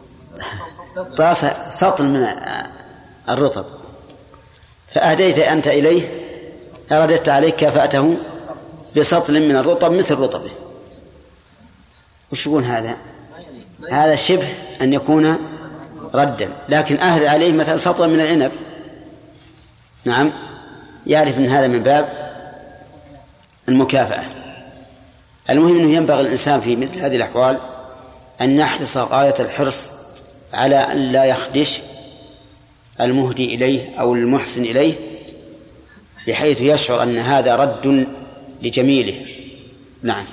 طاسة سطل من الرطب، فأهديت أنت إليه، أردت عليك كافأته بسطل من الرطب مثل رطبه، وش يقول هذا؟ هذا شبه أن يكون ردا، لكن أهدى عليه مثلا سطل من العنب، نعم يعرف أن هذا من باب المكافأة. المهم أنه ينبغي الإنسان في مثل هذه الأحوال أن يحرص غاية الحرص على أن لا يخدش المهدي إليه أو المحسن إليه، بحيث يشعر أن هذا رد لجميله. نعم.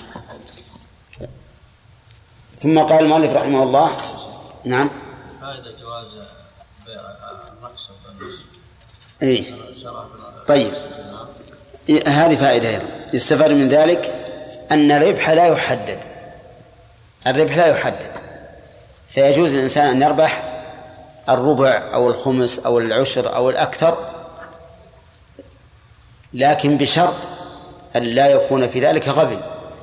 ثم قال المؤلف رحمه الله نعم فائدة جواز بيع النقص والنصف. إيه. طيب هذه فائدة يستفاد من ذلك أن الربح لا يحدد، الربح لا يحدد، فيجوز للإنسان أن يربح الربع أو الخمس أو العشر أو الأكثر، لكن بشرط أن لا يكون في ذلك غبن،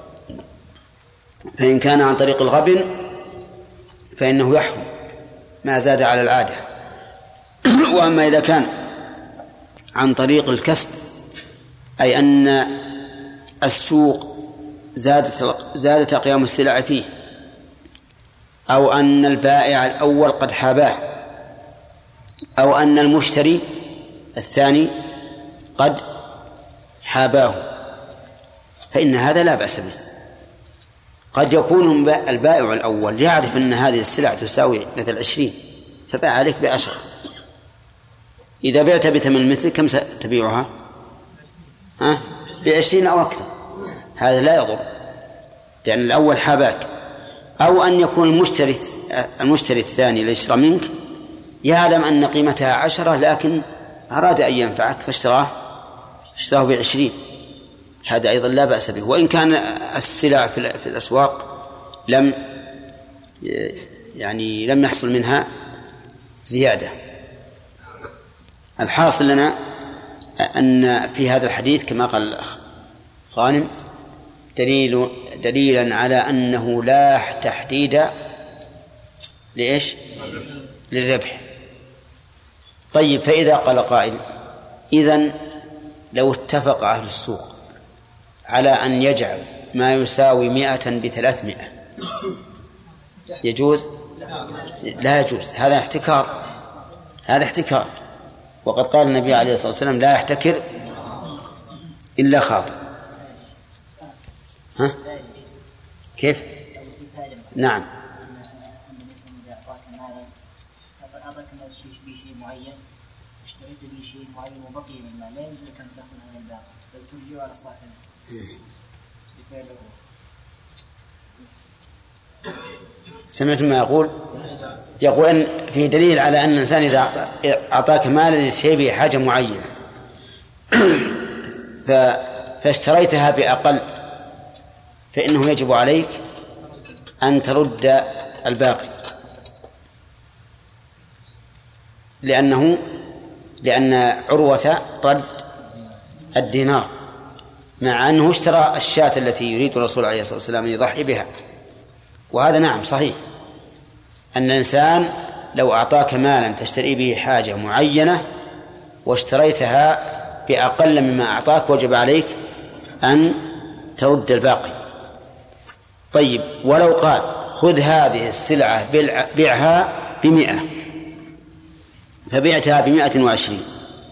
فإن كان عن طريق الغبن فإنه يحرم ما زاد على العادة. وأما إذا كان عن طريق الكسب، أي أن السوق زادت زادت أقيام السلع فيه، أو أن البائع الأول قد حاباه، أو أن المشتري الثاني قد حاباه، فإن هذا لا بأس به. قد يكون البائع الأول يعرف أن هذه السلع تساوي مثل عشرين فباع عليك بعشرة، إذا بعت بثمن المثل كم ستبيعها؟ ها؟ بعشرين أو أكثر، هذا لا يضر لأن الأول حاباك. أو أن يكون المشتري المشتري الثاني اللي يشترى منك يعلم أن قيمتها عشرة لكن أراد أن ينفعك فاشتراه اشتراه بعشرين، هذا أيضا لا بأس به، وإن كان السلع في الأسواق لم يعني لم يحصل منها زيادة. الحاصل لنا أن في هذا الحديث كما قال الأخ غانم دليل دليلا على أنه لا تحديد لإيش؟ للربح. طيب فإذا قال قائل إذن لو اتفق أهل السوق على أن يجعل ما يساوي مئة بثلاثمائة يجوز؟ لا يجوز، هذا احتكار، هذا احتكار. وقد قال النبي عليه الصلاة والسلام لا يحتكر إلا خاطئ. ها؟ كيف؟ نعم. أن الإنسان إذا أعطاك مالا أعطاك مال بشيء معين اشتريت به شيء معين وبقي من المال، لا يجوز لك أن تأخذ هذا الباقي بل ترجع على صاحبه بفعله. سمعت ما يقول؟ يقول أن فيه دليل على أن الإنسان إذا أعطاك مالا للشيء به حاجة معينة فاشتريتها بأقل فإنه يجب عليك أن ترد الباقي، لأنه لأن عروة رد الدينار مع أنه اشترى الشاة التي يريد الرسول عليه الصلاة والسلام أن يضحي بها. وهذا نعم صحيح أن الإنسان لو أعطاك مالا تشتري به حاجة معينة واشتريتها بأقل مما أعطاك وجب عليك أن ترد الباقي. طيب ولو قال خذ هذه السلعة بيعها بمئة فبيعتها بمئة وعشرين،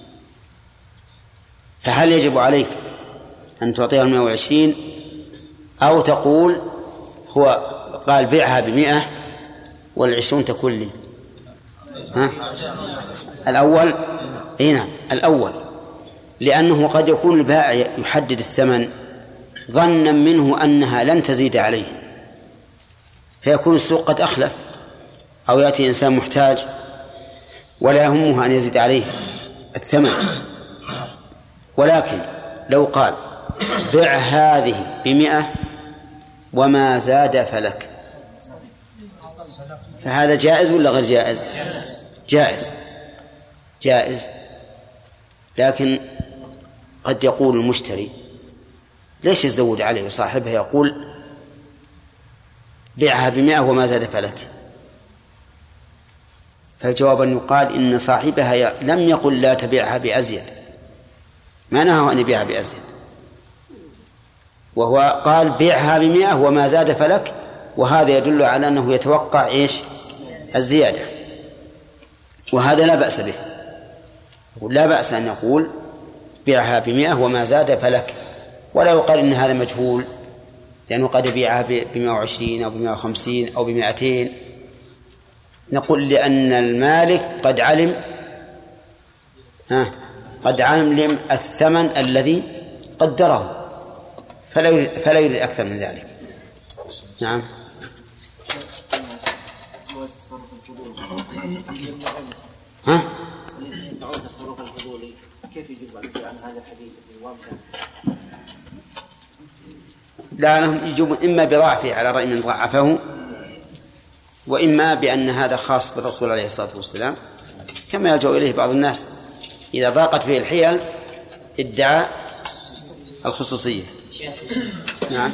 فهل يجب عليك أن تعطيها المئة وعشرين أو تقول هو قال بيعها بمئة والعشرون تكون لي؟ ها؟ الأول هنا الأول، لأنه قد يكون البائع يحدد الثمن ظنا منه أنها لن تزيد عليه، فيكون السوق قد أخلف أو يأتي إنسان محتاج ولا يهمه أن يزيد عليه الثمن، ولكن لو قال بع هذه بمئة وما زاد فلك، فهذا جائز ولا غير جائز؟ جائز جائز. لكن قد يقول المشتري ليش يزود عليه وصاحبها يقول بيعها بمئة وما زاد فلك؟ فالجواب أن يقال إن صاحبها لم يقل لا تبيعها بأزيد، ما نهى أن يبيعها بأزيد، وهو قال بيعها بمئة وما زاد فلك، وهذا يدل على أنه يتوقع إيش؟ الزيادة، وهذا لا بأس به. يقول لا بأس أن نقول بيعها بمئة وما زاد فلك، ولا يقال إن هذا مجهول لأنه قد بيعها بمئة وعشرين أو بمئة وخمسين أو بمئتين. نقول لأن المالك قد علم ها قد علم الثمن الذي قدره، فلا يريد, فلا يريد أكثر من ذلك. نعم. ها؟ يدعون تصرف الفضولي، كيف يجب عن هذا الحديث؟ لا، لهم يجب إما بضعفه على رأي من ضعفه، وإما بأن هذا خاص بالرسول عليه الصلاة والسلام، كما يلجأ إليه بعض الناس إذا ضاقت به الحيل ادعى الخصوصية. نعم.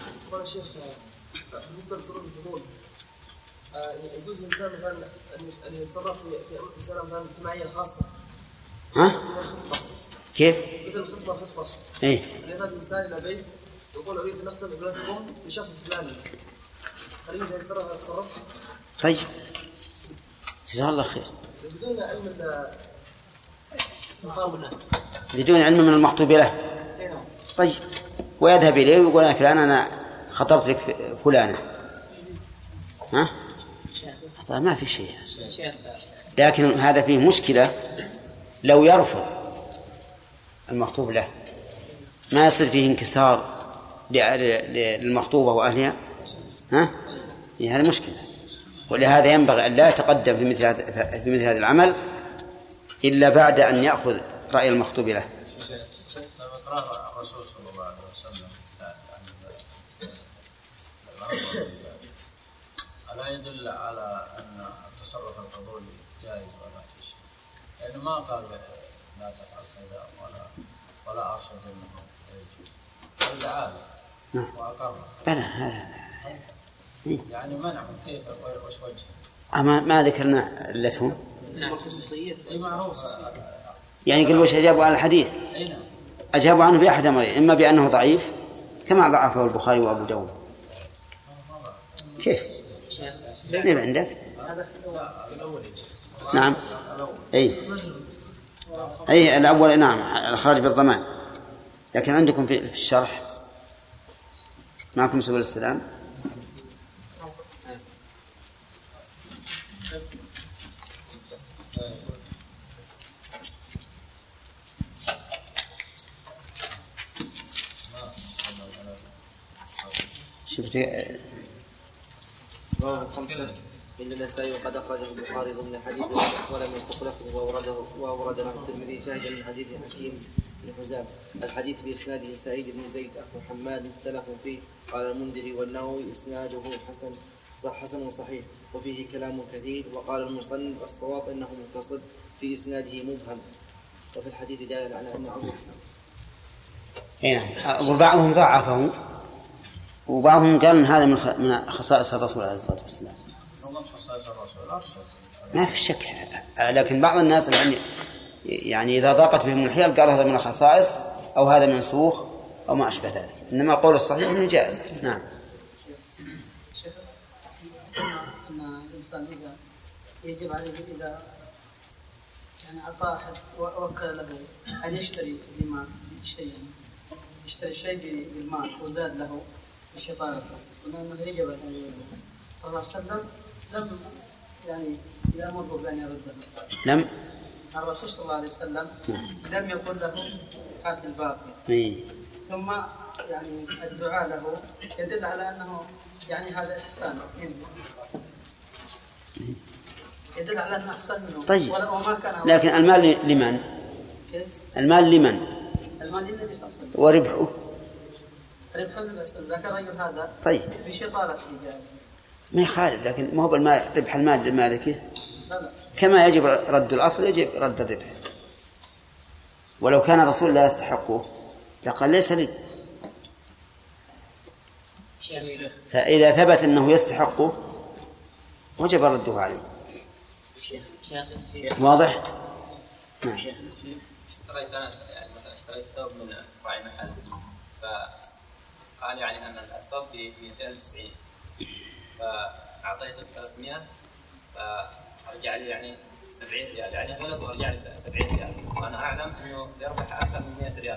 بالنسبة لصرف الفضول يجوز الإنسان مثلا أن يتصرف في مسألة مثلا اجتماعية خاصة. ها؟ كيف؟ مثل خطبة خطبة. إيه. يذهب الإنسان إلى بيت يقول أريد أن أخطب ابنتكم لشخص فلاني. هل يجوز أن يتصرف هذا التصرف؟ طيب. جزاه الله خير. بدون علم المقابلة. بدون علم من المخطوب له. طيب. ويذهب إليه ويقول يا فلان أنا خطبت لك فلانة. ها؟ هذا ما في شيء. لكن هذا فيه مشكلة لو يرفض المخطوب له، ما يصير فيه انكسار للمخطوبة وأهلها. ها؟ هذا مشكلة. ولهذا ينبغي أن لا يتقدم في مثل هذا في مثل هذا العمل إلا بعد أن يأخذ رأي المخطوب له. الرسول صلى الله عليه وسلم ألا يدل على أن التصرف الفضولي جائز ولا شيء؟ يعني ما قال لا تفعل كذا ولا ولا أرشد أنه يجوز، بل دعا له وأقر. يعني منع كيف وش وجهه؟ أما ما ذكرنا علتهم. الخصوصية أي معروفة. يعني قل وش أجابوا على الحديث؟ أجابوا عنه بأحد أمرين، إما بأنه ضعيف كما ضعفه البخاري وأبو داود. كيف؟ كيف عندك؟ نعم. أي أي الأول نعم الخارج بالضمان. لكن عندكم في الشرح معكم سبيل السلام. شفت باب خمسة إن النسائي وقد أخرجه البخاري ضمن حديث ولم يستخلفه وأورده وأورد له الترمذي شاهدا من حديث حكيم بن حزام. الحديث بإسناده سعيد بن زيد أخو حماد مختلف فيه. قال المنذري والنووي إسناده حسن صح حسن وصحيح وفيه كلام كثير. وقال المصنف الصواب أنه متصل في إسناده مبهم وفي الحديث دلالة على أنه عظيم. نعم. وبعضهم ضعفه وبعضهم قال إن هذا من خصائص الرسول عليه الصلاة والسلام. ما في شك، لكن بعض الناس يعني يعني إذا ضاقت بهم الحيل قال هذا من الخصائص أو هذا منسوخ أو ما أشبه ذلك. إنما قول الصحيح إنه جائز. نعم. شيخ أن الإنسان إذا يجب عليه إذا يعني أعطى أحد ووكل له أن يشتري بما شيء يشتري شيء بالمال وزاد له بشطارته وأنه يجب أن صلى الله عليه وسلم لم يعني يأمره بأن يرده. لم الرسول صلى الله عليه وسلم لم يقل له هات الباقي. إيه. ثم يعني الدعاء له يدل على أنه يعني هذا إحسان منه. يدل على أنه أحسن منه. طيب وما كان لكن المال لمن؟ المال لمن؟ المال للنبي صلى الله عليه وسلم. وربحه؟ ربح النبي صلى الله عليه وسلم. ذاك الرجل هذا طيب في شيء طالت فيه جاي. ما يخالف، لكن ما هو بالمال ربح المال للمالكي. لا لا. كما يجب رد الأصل يجب رد الربح. ولو كان الرسول لا يستحقه لقال ليس لي، فإذا ثبت أنه يستحقه وجب رده عليه. واضح؟ نعم. اشتريت أنا يعني مثلا اشتريت ثوب من راعي محل، فقال يعني أن الثوب ب مئتين وتسعين، فأعطيته ثلاثمائة، فأرجع لي يعني سبعين ريال، يعني غلط وأرجع لي سبعين ريال، وأنا أعلم أنه يربح أكثر من مئة ريال.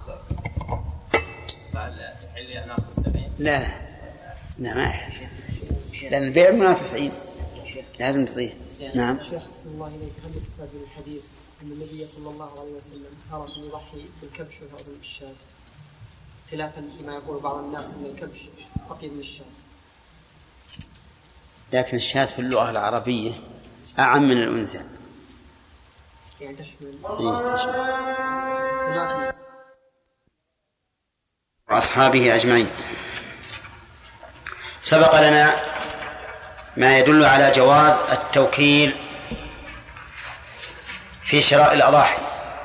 فهل يحل لي أن آخذ السبعين؟ لا لا ما يحل، لأن البيع مئة وتسعين لازم تطيه. نعم. شيخ صلى الله عليه هل يستفاد من الحديث أن النبي صلى الله عليه وسلم ترك أن يضحي بالكبش وهذا بالشاة، خلافا لما يقول بعض الناس أن الكبش أطيب من الشاة؟ لكن الشاة في اللغة العربية أعم من الأنثى، يعني تشمل إيه تشمل وأصحابه أجمعين. سبق لنا ما يدل على جواز التوكيل في شراء الأضاحي.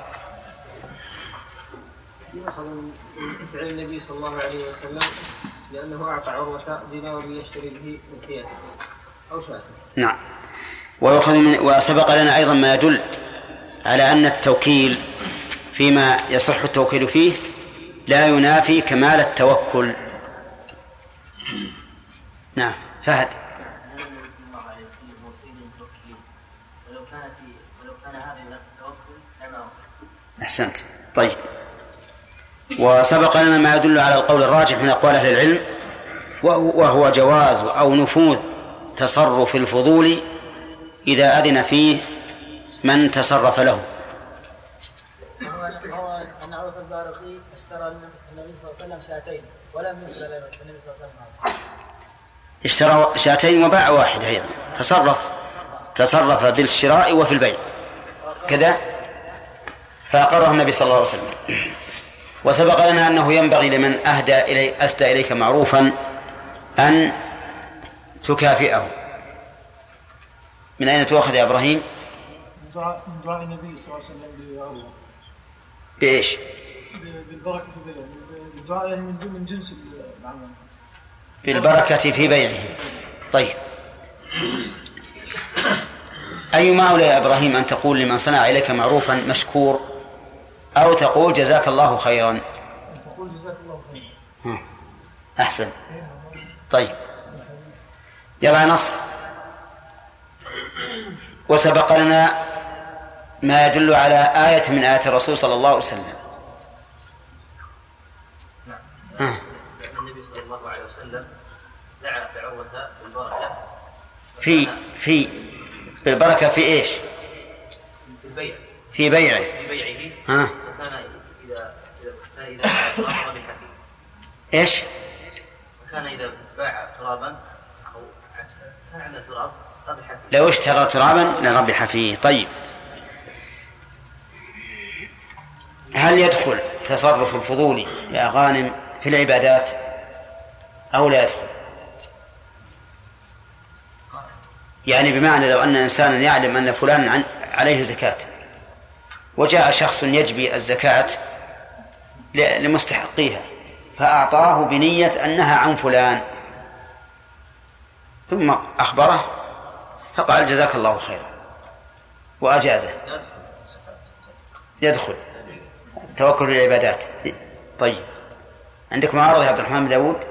يؤخذ من فعل النبي صلى الله عليه وسلم لأنه أعطى عروة دينار يشتري به أضحيته أو شاة. نعم. ويؤخذ من وسبق لنا أيضا ما يدل على أن التوكيل فيما يصح التوكيل فيه لا ينافي كمال التوكل. نعم. فهد. أحسنت. طيب. وسبق لنا ما يدل على القول الراجح من أقوال أهل العلم، وهو جواز أو نفوذ تصرف الفضول إذا أذن فيه من تصرف له. هو أن عروة البارقي اشترى النبي صلى الله عليه وسلم شاتين ولم يدخل النبي صلى الله عليه وسلم، اشترى شاتين وباع واحد أيضا، تصرف تصرف بالشراء وفي البيع كذا، فأقره النبي صلى الله عليه وسلم. وسبق لنا أنه ينبغي لمن أهدى إلي أسدى إليك معروفا أن تكافئه. من أين تؤخذ يا إبراهيم؟ من دعاء النبي صلى الله عليه وسلم لعروة. بإيش؟ بالبركة في بيعه، بالدعاء يعني من جنس العمل، بالبركة في بيعه. طيب، أيما أولى يا إبراهيم أن تقول لمن صنع إليك معروفا مشكور، أو تقول جزاك الله خيرا؟ تقول جزاك الله خيرا. أحسن. طيب يلا نص. وسبق لنا ما يدل على آية من آيات الرسول صلى الله عليه وسلم. نعم. النبي صلى الله عليه وسلم دعا دعوة بالبركة في في بالبركة في إيش؟ في البيع، في بيعه في بيعه. ها. وكان إذا إذا باع ربح فيه. إيش؟ وكان إذا باع ترابا أو كان عنده تراب ربح فيه. لو اشترى ترابا لربح فيه. طيب، هل يدخل تصرف الفضول يا غانم في العبادات أو لا يدخل؟ يعني بمعنى لو أن إنسانا يعلم أن فلان عليه زكاة وجاء شخص يجبي الزكاة لمستحقيها فأعطاه بنية أنها عن فلان، ثم أخبره فقال جزاك الله خيرا وأجازه، يدخل التوكل للعبادات. طيب، عندك معارضة يا عبد الرحمن بن داود؟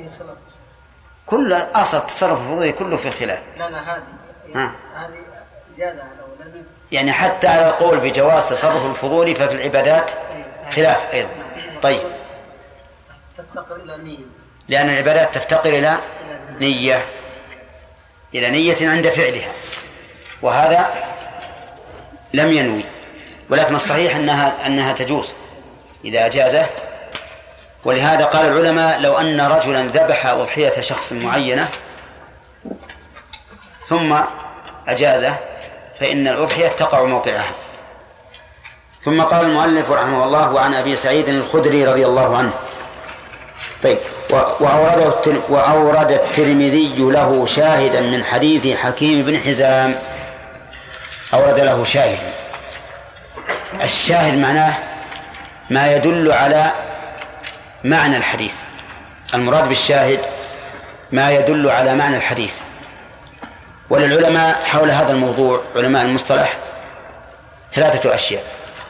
كل أصل التصرف الفضولي كله في خلاف. لا لا هذه ها. هذه زيادة على الأول، يعني حتى على القول بجواز تصرف الفضولي ففي العبادات خلاف أيضا. طيب، تفتقر إلى نية، لأن العبادات تفتقر إلى نية، إلى نية عند فعلها، وهذا لم ينوي. ولكن الصحيح أنها أنها تجوز إذا أجازه. ولهذا قال العلماء لو أن رجلا ذبح أضحية شخص معينة ثم أجازه فإن الأضحية تقع موقعها. ثم قال المؤلف رحمه الله: وعن أبي سعيد الخدري رضي الله عنه. طيب، وأورد الترمذي له شاهدا من حديث حكيم بن حزام. أورد له شاهدا. الشاهد معناه ما يدل على معنى الحديث. المراد بالشاهد ما يدل على معنى الحديث. وللعلماء حول هذا الموضوع، علماء المصطلح، ثلاثة أشياء: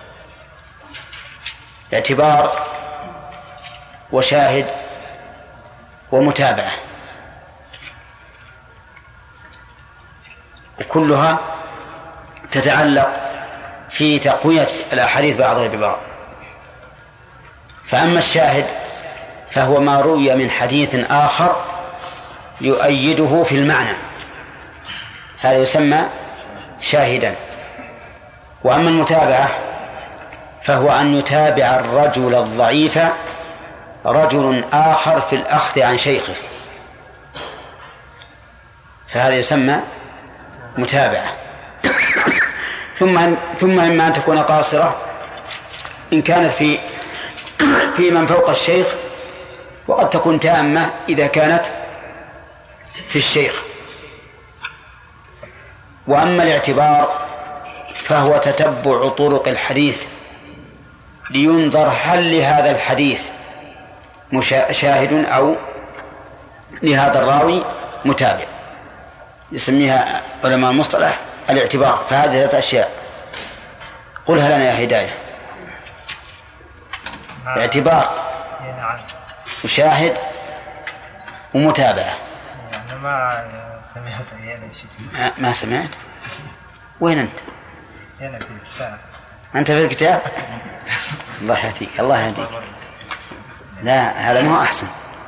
اعتبار، وشاهد، ومتابعة، وكلها تتعلق في تقوية الأحاديث بعضها ببعض. فأما الشاهد فهو ما روي من حديث آخر يؤيده في المعنى، هذا يسمى شاهدا. وأما المتابعة فهو أن يتابع الرجل الضعيف رجل آخر في الأخذ عن شيخه، فهذا يسمى متابعة. ثم ثم إما أن تكون قاصرة إن كانت في في من فوق الشيخ، وقد تكون تامة إذا كانت في الشيخ. وأما الاعتبار فهو تتبع طرق الحديث لينظر هل لهذا الحديث شاهد أو لهذا الراوي متابع، يسميها علماء المصطلح الاعتبار. فهذه ثلاث أشياء، قلها لنا يا هداية. اعتبار، وشاهد، ومتابعة. ما سمعت ما, ما سمعت. وين أنت؟ هنا في الكتاب. أنت في الكتاب؟ الله يهديك، الله يهديك. لا، هذا ما هو أحسن.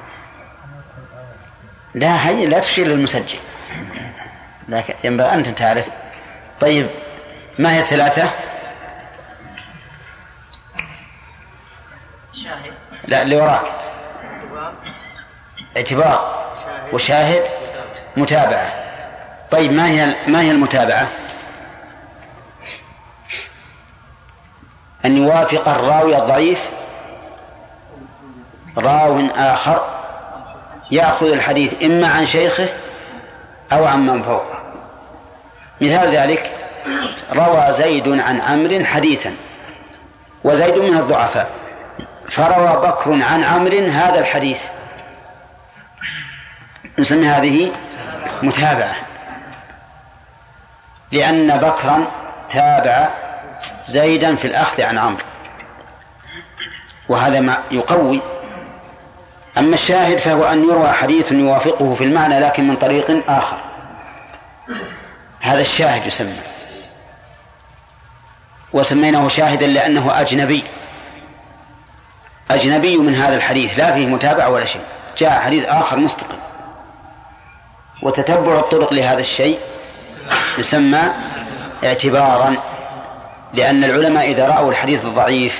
لا، هي لا تشير للمسجل، لكن ينبغي أنت تعرف. طيب، ما هي الثلاثة؟ شاهد. لا، اللي وراك. اعتبار، وشاهد، متابعة. طيب، ما هي ما هي المتابعة؟ أن يوافق الراوي الضعيف راو آخر يأخذ الحديث إما عن شيخه أو عن من فوقه. مثال ذلك: روى زيد عن عمرو حديثا، وزيد من الضعفاء، فروى بكر عن عمرو هذا الحديث، نسمي هذه متابعة، لأن بكرا تابع زيدا في الأخذ عن عمرو، وهذا ما يقوي. أما الشاهد فهو أن يروى حديث يوافقه في المعنى لكن من طريق آخر، هذا الشاهد يسمى، وسميناه شاهدا لأنه أجنبي أجنبي من هذا الحديث، لا فيه متابعة ولا شيء، جاء حديث آخر مستقل. وتتبع الطرق لهذا الشيء يسمى اعتبارا، لأن العلماء إذا رأوا الحديث الضعيف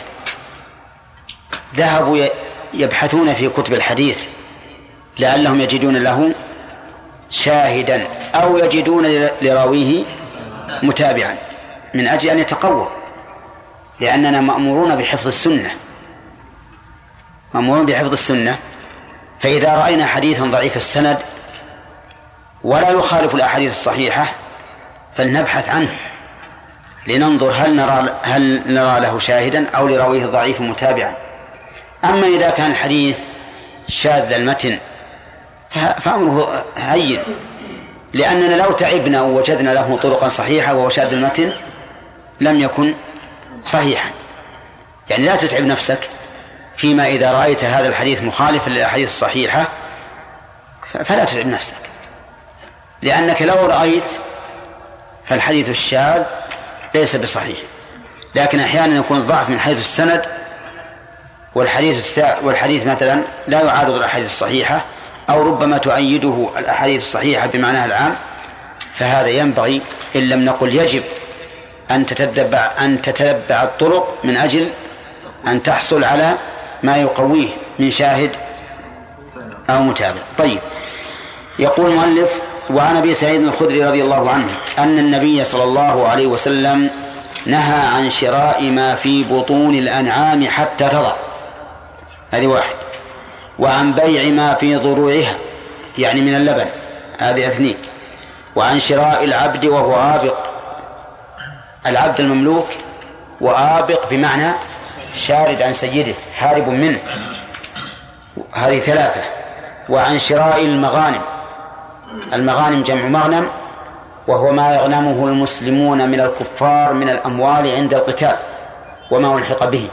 ذهبوا يبحثون في كتب الحديث لعلهم يجدون له شاهدا أو يجدون لراويه متابعا، من أجل أن يتقوى، لأننا مأمورون بحفظ السنة مأمورون بحفظ السنة فإذا رأينا حديثا ضعيف السند ولا يخالف الأحاديث الصحيحة فلنبحث عنه لننظر هل نرى, هل نرى له شاهدا أو لراويه ضعيف متابعا. أما إذا كان الحديث شاذ المتن فأمره هين، لأننا لو تعبنا ووجدنا له طرقا صحيحة وهو شاذ المتن لم يكن صحيحا. يعني لا تتعب نفسك فيما إذا رأيت هذا الحديث مخالفا للأحاديث الصحيحة فلا تتعب نفسك، لأنك لو رأيت فالحديث الشاذ ليس بصحيح. لكن أحيانا يكون الضعف من حيث السند والحديث والحديث مثلا لا يعارض الأحاديث الصحيحة أو ربما تؤيده الأحاديث الصحيحة بمعناها العام، فهذا ينبغي إن لم نقل يجب أن تتبع أن تتبع الطرق من أجل أن تحصل على ما يقويه من شاهد أو متابع. طيب، يقول المؤلف وعن أبي سعيد الخدري رضي الله عنه أن النبي صلى الله عليه وسلم نهى عن شراء ما في بطون الأنعام حتى تضع، هذه واحد، وعن بيع ما في ضروعها يعني من اللبن، هذه اثنين، وعن شراء العبد وهو آبق، العبد المملوك، وآبق بمعنى شارد عن سيده هارب منه، هذه ثلاثة، وعن شراء المغانم، المغانم جمع مغنم وهو ما يغنمه المسلمون من الكفار من الأموال عند القتال وما ألحق به،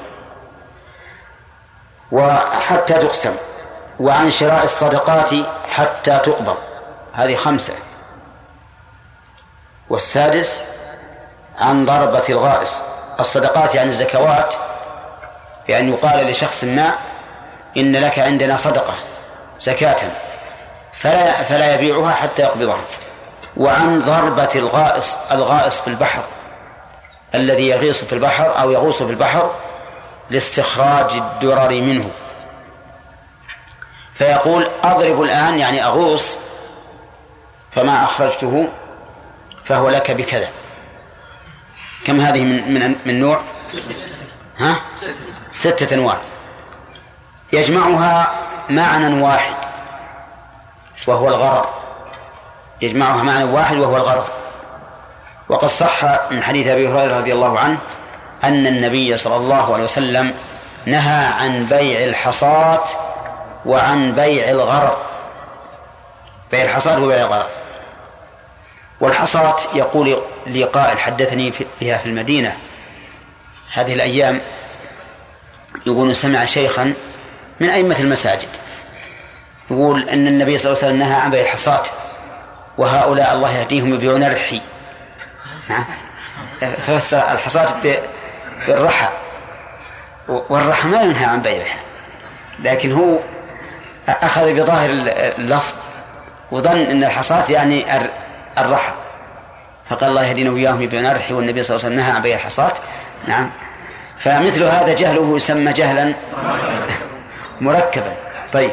وحتى تقسم، وعن شراء الصدقات حتى تقبض، هذه خمسة، والسادس عن ضربة الغائص، الصدقات يعني الزكوات، بأن يقال لشخص ما إن لك عندنا صدقة زكاة فلا, فلا يبيعها حتى يقبضها، وعن ضربة الغائص، الغائص في البحر الذي يغيص في البحر أو يغوص في البحر لاستخراج الدرر منه، فيقول أضرب الآن يعني أغوص فما أخرجته فهو لك بكذا. كم هذه من, من, من نوع؟ ها؟ ستة أنواع يجمعها معنى واحد وهو الغرر، يجمعها معنى واحد وهو الغرر. وقد صح من حديث أبي هريرة رضي الله عنه أن النبي صلى الله عليه وسلم نهى عن بيع الحصاة وعن بيع الغرر، بيع الحصاة وبيع الغرر. والحصاة يقول لي قائل حدثني بها في المدينة هذه الأيام، يقول سمع شيخا من أئمة المساجد يقول أن النبي صلى الله عليه وسلم نهى عن بيع الحصاة وهؤلاء الله يهديهم يبيعون الرحي، ففسر الحصاة بالرحى، والرحى ما ينهى عن بيعها، لكن هو أخذ بظاهر اللفظ وظن أن الحصاة يعني الرحى، فقال الله يهدينا وإياهم يبيعون الرحي والنبي صلى الله عليه وسلم نهى عن بيع الحصاة. نعم، فمثل هذا جهله يسمى جهلا مركبا. طيب،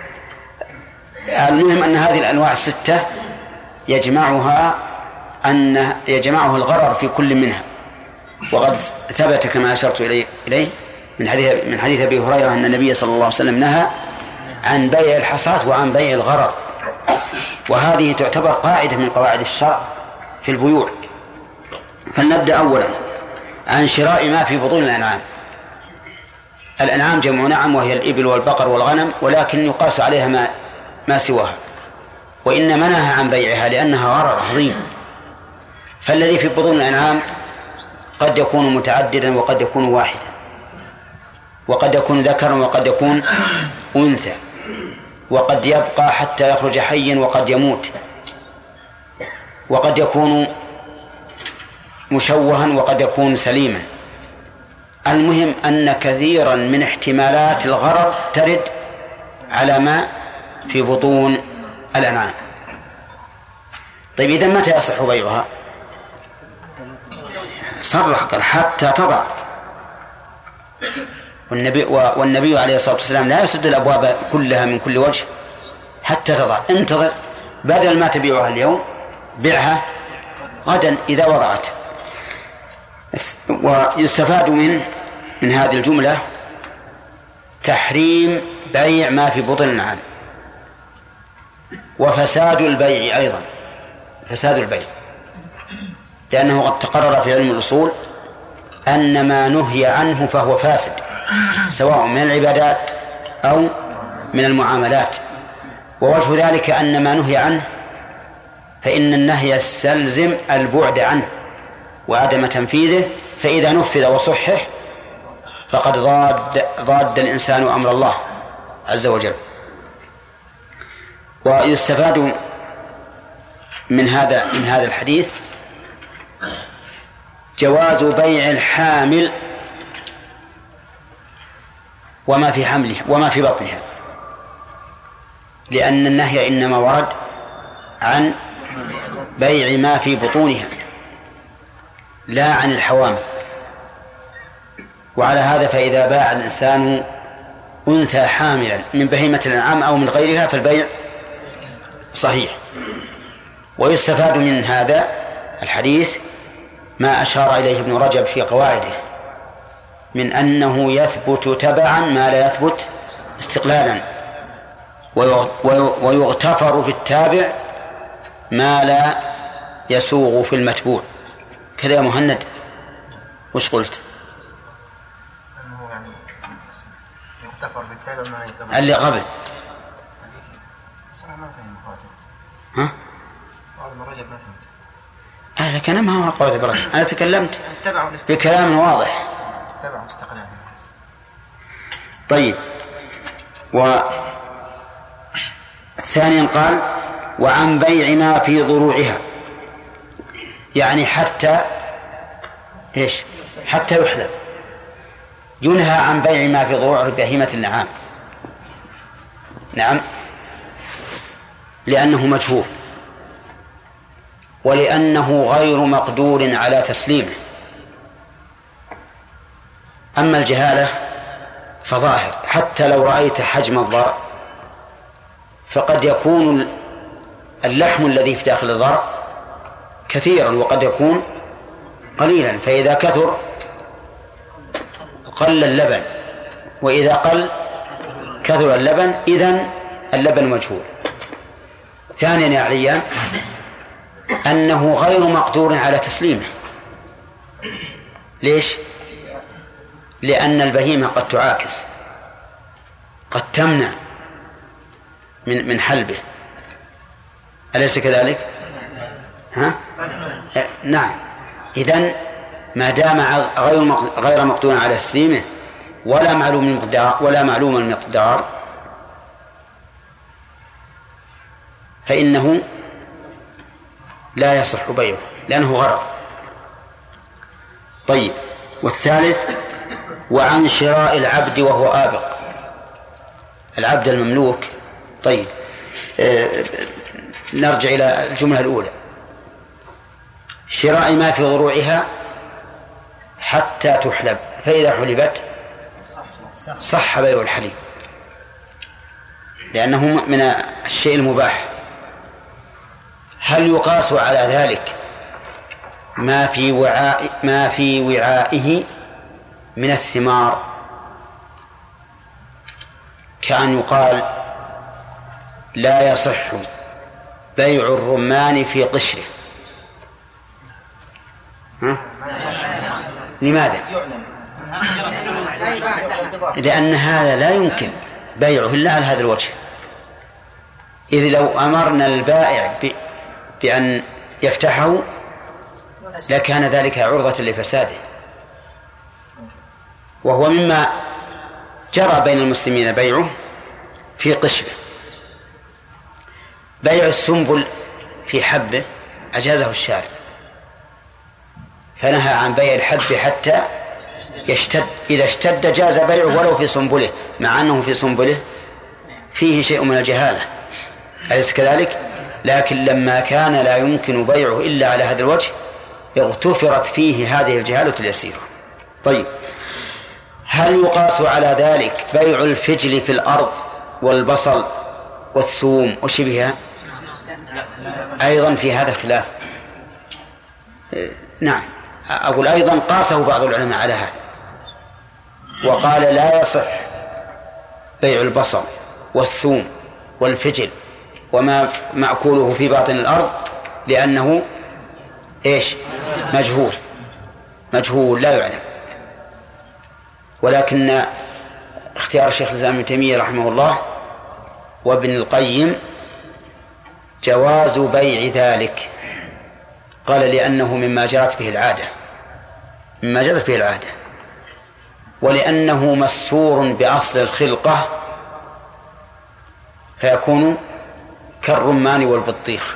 المهم أن هذه الأنواع الستة يجمعها أن يجمعه الغرر في كل منها. وقد ثبت كما أشرت إليه, إليه من حديث من حديث أبي هريرة أن النبي صلى الله عليه وسلم نهى عن بيع الحصاة وعن بيع الغرر، وهذه تعتبر قاعدة من قواعد الشرع في البيوع. فلنبدأ أولا عن شراء ما في بطون الأنعام. الأنعام جمع نعم وهي الإبل والبقر والغنم، ولكن يقاس عليها ما ما سواها، وإنما نهى عن بيعها لأنها غرر عظيم. فالذي في بطون الأنعام قد يكون متعددا وقد يكون واحدا، وقد يكون ذكرا وقد يكون أنثى، وقد يبقى حتى يخرج حيا وقد يموت، وقد يكون مشوها وقد يكون سليما. المهم أن كثيرا من احتمالات الغرر ترد على ما في بطون الأنعام. طيب، إذا متى يصح بيعها؟ صرح قال حتى تضع، والنبي, والنبي عليه الصلاة والسلام لا يسد الأبواب كلها من كل وجه حتى تضع. انتظر، بدل ما تبيعها اليوم بيعها غدا إذا وضعت. ويستفاد من من هذه الجملة تحريم بيع ما في بطن الأنعام، وفساد البيع أيضا، فساد البيع، لأنه قد تقرر في علم الأصول أن ما نهي عنه فهو فاسد، سواء من العبادات أو من المعاملات. ووجه ذلك أن ما نهي عنه فإن النهي يستلزم البعد عنه وعدم تنفيذه، فإذا نفذ وصحح فقد ضاد, ضاد الإنسان أمر الله عز وجل. ويستفاد من هذا من هذا الحديث جواز بيع الحامل وما في حملها وما في بطنها، لأن النهي إنما ورد عن بيع ما في بطونها لا عن الحوامل. وعلى هذا فإذا باع الإنسان أنثى حاملا من بهيمة الأنعام أو من غيرها فالبيع صحيح. ويستفاد من هذا الحديث ما أشار إليه ابن رجب في قواعده من أنه يثبت تبعا ما لا يثبت استقلالا، ويغتفر في التابع ما لا يسوغ في المتبوع. كذا يا مهند، وش قلت؟ اللي قبل ها؟ أنا كلام ما هو قول برجل، أنا تكلمت بكلام واضح. طيب، وثانيا قال وعن بيع ما في ضروعها، يعني حتى إيش؟ حتى يحلب. ينهى عن بيع ما في ضروع بهيمة النعام، نعم، لأنه مجهول ولأنه غير مقدور على تسليمه. أما الجهالة فظاهر، حتى لو رأيت حجم الضرع فقد يكون اللحم الذي في داخل الضرع كثيرا وقد يكون قليلا، فإذا كثر قل اللبن، وإذا قل كثر اللبن، إذن اللبن مجهول. ثانيا يا عليان أنه غير مقدور على تسليمه. ليش؟ لأن البهيمة قد تعاكس، قد تمنع من من حلبه، أليس كذلك؟ ها؟ نعم. إذن ما دام غير غير مقدور على تسليمه ولا معلوم المقدار ولا معلوم المقدار فإنه لا يصح بيعه لأنه غرر. طيب، والثالث وعن شراء العبد وهو آبق، العبد المملوك. طيب، آه نرجع إلى الجملة الأولى، شراء ما في ضروعها حتى تحلب، فإذا حلبت صح بيع الحليب لأنه من الشيء المباح. هل يقاس على ذلك ما في وعاء ما في وعائه من الثمار، كأن يقال لا يصح بيع الرمان في قشره؟ ها؟ لماذا؟ لأن هذا لا يمكن بيعه إلا على هذا الوجه، إذ لو أمرنا البائع بأن يفتحه لكان ذلك عرضة لفساده، وهو مما جرى بين المسلمين بيعه في قشره. بيع السنبل في حبه أجازه الشارع، فنهى عن بيع الحب حتى يشتد، إذا اشتد جاز بيعه ولو في سنبله، مع أنه في سنبله فيه شيء من الجهالة، أليس كذلك؟ لكن لما كان لا يمكن بيعه إلا على هذا الوجه اغتفرت فيه هذه الجهالة اليسيرة. طيب، هل يقاس على ذلك بيع الفجل في الأرض والبصل والثوم وشبهها؟ أيضا في هذا خلاف. نعم، أقول أيضا قاسه بعض العلماء على هذا وقال لا يصح بيع البصل والثوم والفجل وما مأكوله في باطن الأرض لأنه إيش؟ مجهول مجهول لا يعلم. ولكن اختيار الشيخ الإسلام ابن تيمية رحمه الله وابن القيم جواز بيع ذلك، قال لأنه مما جرت به العادة مما جرت به العادة ولأنه مستور بأصل الخلقة فيكون كالرمان والبطيخ،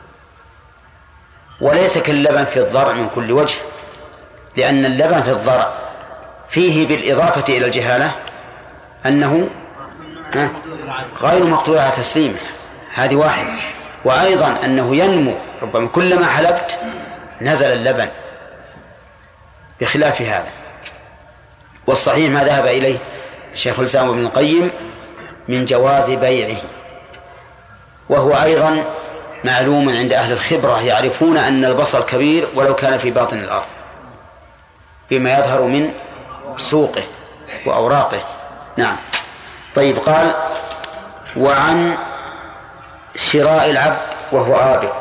وليس كاللبن في الضرع من كل وجه، لأن اللبن في الضرع فيه بالإضافة إلى الجهالة أنه غير مقدور على تسليمه، هذه واحدة، وأيضا أنه ينمو، ربما كلما حلبت نزل اللبن بخلاف هذا. والصحيح ما ذهب إليه الشيخ الإسلام ابن القيم من جواز بيعه، وهو أيضا معلوم عند أهل الخبرة، يعرفون أن البصل كبير ولو كان في باطن الأرض بما يظهر من سوقه وأوراقه. نعم. طيب، قال وعن شراء العبد وهو آبق.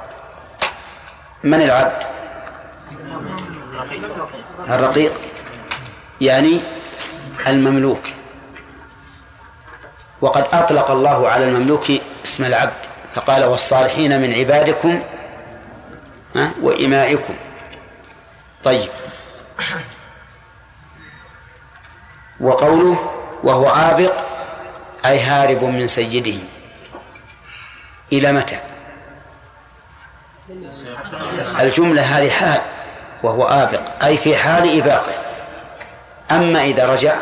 من العبد؟ الرقيق، يعني المملوك. وقد أطلق الله على المملوك اسم العبد فقال والصالحين من عبادكم وإمائكم. طيب، وقوله وهو آبق أي هارب من سيده. إلى متى؟ الجملة هذه حال، وهو آبق أي في حال إباقه. أما إذا رجع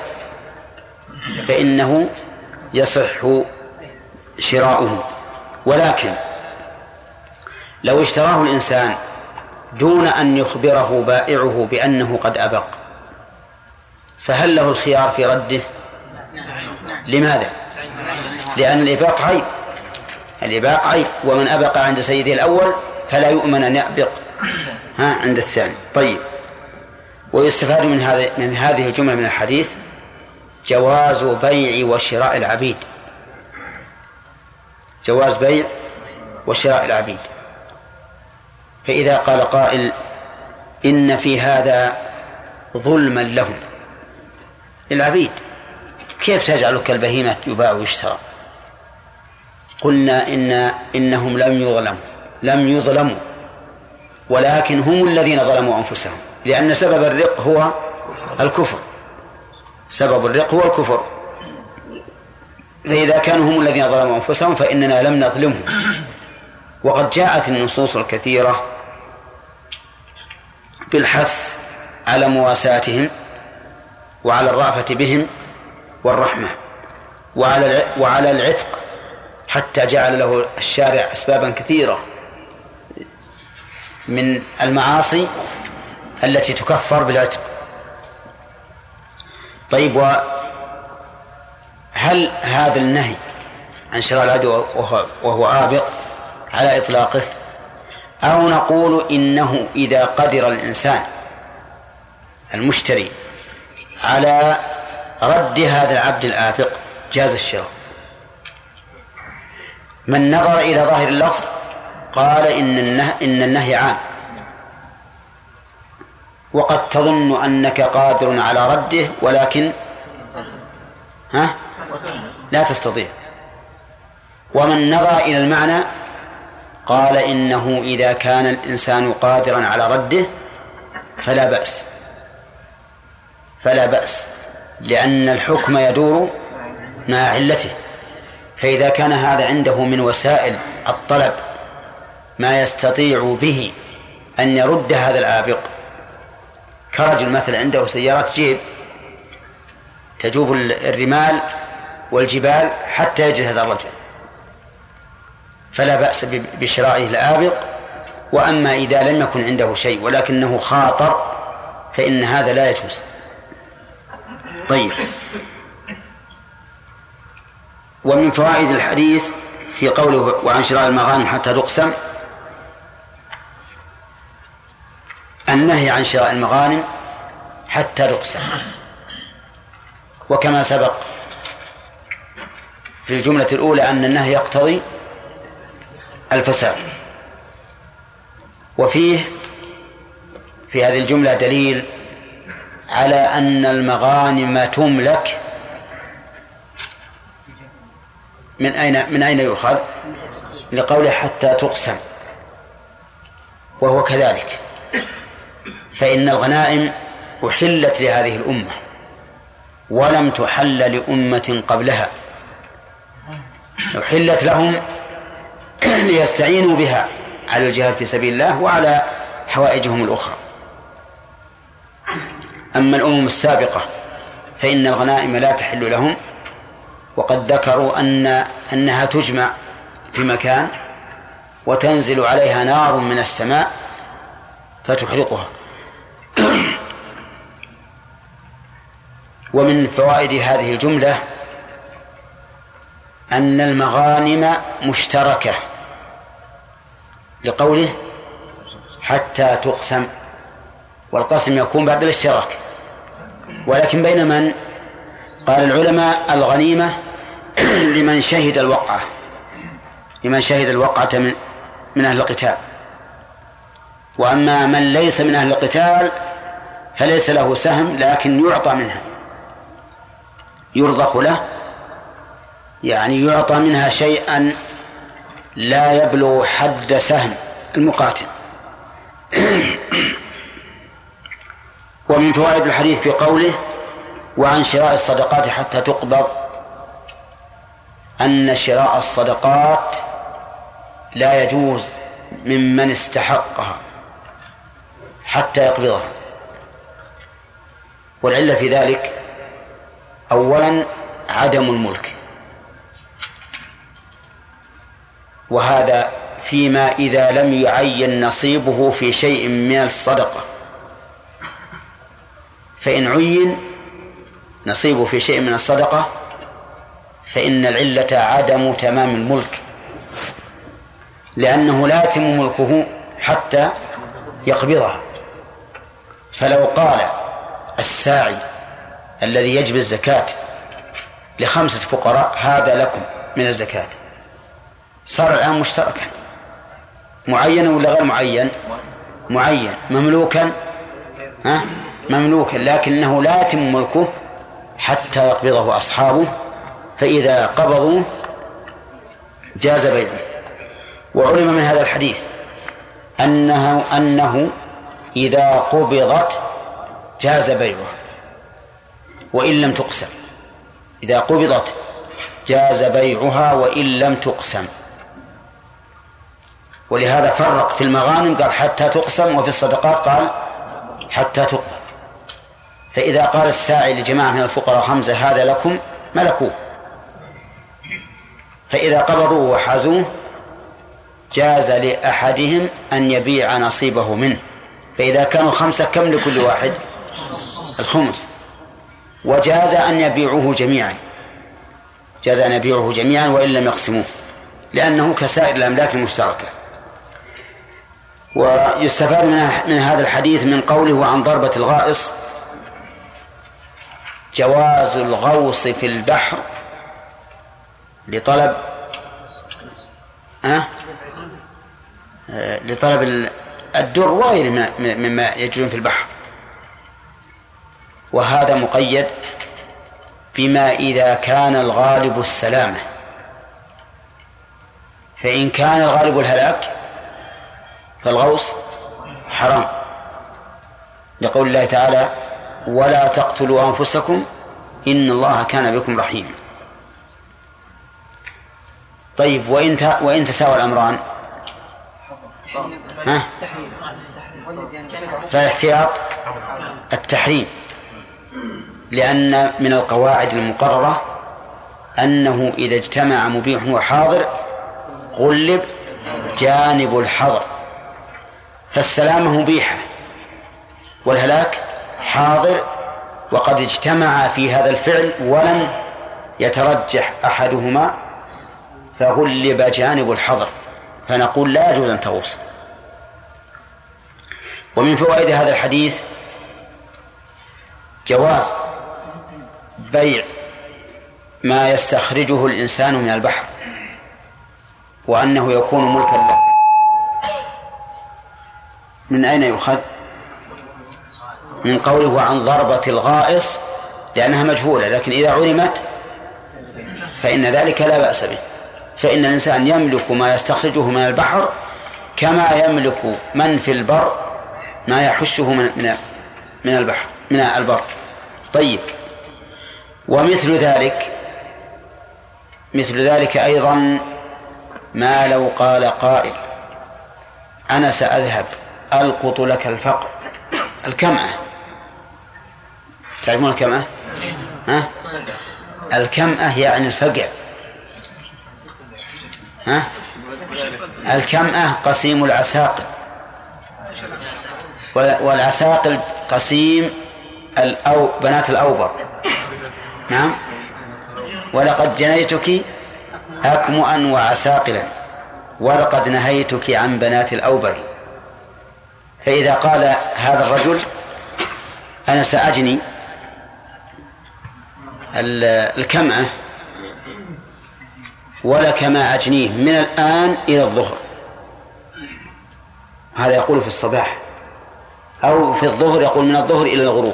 فإنه يصح شراؤه. ولكن لو اشتراه الإنسان دون أن يخبره بائعه بأنه قد أبق، فهل له الخيار في رده؟ لماذا؟ لأن الإباق عيب، الإباق عيب، ومن أبق عند سيده الأول فلا يؤمن أن يأبق ها عند الثاني. طيب، ويستفاد من هذه من هذه الجملة من الحديث جواز بيع وشراء العبيد، جواز بيع وشراء العبيد. فإذا قال قائل إن في هذا ظلما لهم العبيد، كيف تجعل كالبهيمة يباع ويشترى؟ قلنا إن إنهم لم يظلموا لم يظلموا ولكن هم الذين ظلموا أنفسهم، لأن سبب الرق هو الكفر، سبب الرق هو الكفر. فإذا كانوا هم الذين ظلموا أنفسهم فإننا لم نظلمهم. وقد جاءت النصوص الكثيرة بالحث على مواساتهم وعلى الرأفة بهم والرحمة وعلى وعلى العتق، حتى جعل له الشارع أسبابا كثيرة من المعاصي التي تكفر بالعتق. طيب، وهل هذا النهي عن شراء العبد وهو آبق على إطلاقه، أو نقول إنه إذا قدر الإنسان المشتري على رد هذا العبد الآبق جاز الشراء؟ من نظر إلى ظاهر اللفظ قال إن النهي, إن النهي عام، وقد تظن أنك قادر على رده ولكن ها لا تستطيع. ومن نظر إلى المعنى قال إنه إذا كان الإنسان قادرا على رده فلا بأس فلا بأس لأن الحكم يدور مع علته. فإذا كان هذا عنده من وسائل الطلب ما يستطيع به أن يرد هذا الآبق، كرجل مثل عنده سيارات جيب تجوب الرمال والجبال حتى يجد هذا الرجل، فلا بأس بشرائه الآبق. وأما إذا لم يكن عنده شيء ولكنه خاطر فإن هذا لا يجوز. طيب، ومن فوائد الحديث في قوله وعن شراء المغانم حتى تقسم النهي عن شراء المغانم حتى تقسم، وكما سبق في الجملة الأولى أن النهي يقتضي الفساد. وفيه في هذه الجملة دليل على أن المغانم تملك من أين من أين يؤخذ؟ لقوله حتى تقسم، وهو كذلك، فإن الغنائم أحلت لهذه الأمة ولم تحل لأمة قبلها، أحلت لهم ليستعينوا بها على الجهاد في سبيل الله وعلى حوائجهم الأخرى. أما الأمم السابقة فإن الغنائم لا تحل لهم، وقد ذكروا أن أنها تجمع في مكان وتنزل عليها نار من السماء فتحرقها. ومن فوائد هذه الجملة أن المغانم مشتركة لقوله حتى تقسم، والقسم يكون بعد الاشتراك. ولكن بين من؟ قال العلماء الغنيمة لمن شهد الوقعة، لمن شهد الوقعة من, من أهل القتال. وأما من ليس من أهل القتال فليس له سهم، لكن يعطى منها، يرضخ له، يعني يعطى منها شيئا لا يبلغ حد سهم المقاتل. ومن فوائد الحديث في قوله وعن شراء الصدقات حتى تقبض أن شراء الصدقات لا يجوز ممن استحقها حتى يقبضها. والعلة في ذلك أولا عدم الملك، وهذا فيما إذا لم يعين نصيبه في شيء من الصدقة. فإن عين نصيبه في شيء من الصدقة فإن العلة عدم تمام الملك، لأنه لا يتم ملكه حتى يقبضها. فلو قال الساعي الذي يجب الزكاة لخمسة فقراء هذا لكم من الزكاة، صار الآن مشتركا، معينا ولا غير معين؟ معين، مملوكا، ها؟ مملوكا، لكنه لا يتم ملكه حتى يقبضه أصحابه، فإذا قبضوا جاز بيعه. وعلم من هذا الحديث أنه, أنه إذا قبضت جاز بيعه وإن لم تقسم، إذا قبضت جاز بيعها وإن لم تقسم. ولهذا فرق في المغانم قال حتى تقسم، وفي الصدقات قال حتى تقبض. فإذا قال الساعي لجماعة من الفقراء خمسة هذا لكم ملكوه، فإذا قبضوه وحازوه جاز لأحدهم أن يبيع نصيبه منه. فإذا كانوا خمسة كم لكل واحد؟ الخمس. وجاز أن يبيعوه جميعا، جاز أن يبيعوه جميعا وإن لم يقسموه، لأنه كسائر الأملاك المشتركة. ويستفاد من هذا الحديث من قوله وعن ضربة الغائص جواز الغوص في البحر لطلب أه؟ لطلب الدر وغيره مما يجرون في البحر، وهذا مقيد بما إذا كان الغالب السلامة. فإن كان الغالب الهلاك فالغوص حرام، لقول الله تعالى ولا تقتلوا أنفسكم إن الله كان بكم رحيما. طيب وإن وإن تساوى الأمران ها؟ فالاحتياط التحريم، لأن من القواعد المقررة أنه إذا اجتمع مبيح وحاضر غلب جانب الحظر، فالسلامة مبيحة والهلاك حاضر، وقد اجتمع في هذا الفعل ولم يترجح أحدهما فغلب جانب الحظر، فنقول لا يجوز أن تغوص. ومن فوائد هذا الحديث جواز بيع ما يستخرجه الإنسان من البحر، وأنه يكون ملكا له. من أين يؤخذ؟ من قوله وعن ضربة الغائص، لأنها مجهولة، لكن إذا علمت فإن ذلك لا بأس به. فإن الإنسان يملك ما يستخرجه من البحر كما يملك من في البر ما يحشه من من من البحر من البر. طيب، ومثل ذلك مثل ذلك أيضا ما لو قال قائل أنا سأذهب ألقط لك الفقر، الكمأة، تعرفون الكمأة؟ ها؟ الكمأة يعني الفقع. ها؟ الكمأة قسيم العساقل، والعساقل قسيم الأو بنات الأوبر. نعم. ولقد جنيتك أكمؤا وعساقلا ولقد نهيتك عن بنات الأوبر. فإذا قال هذا الرجل أنا سأجني الكمأة ولك ما أجنيه من الآن إلى الظهر، هذا يقول في الصباح، أو في الظهر يقول من الظهر إلى الغروب،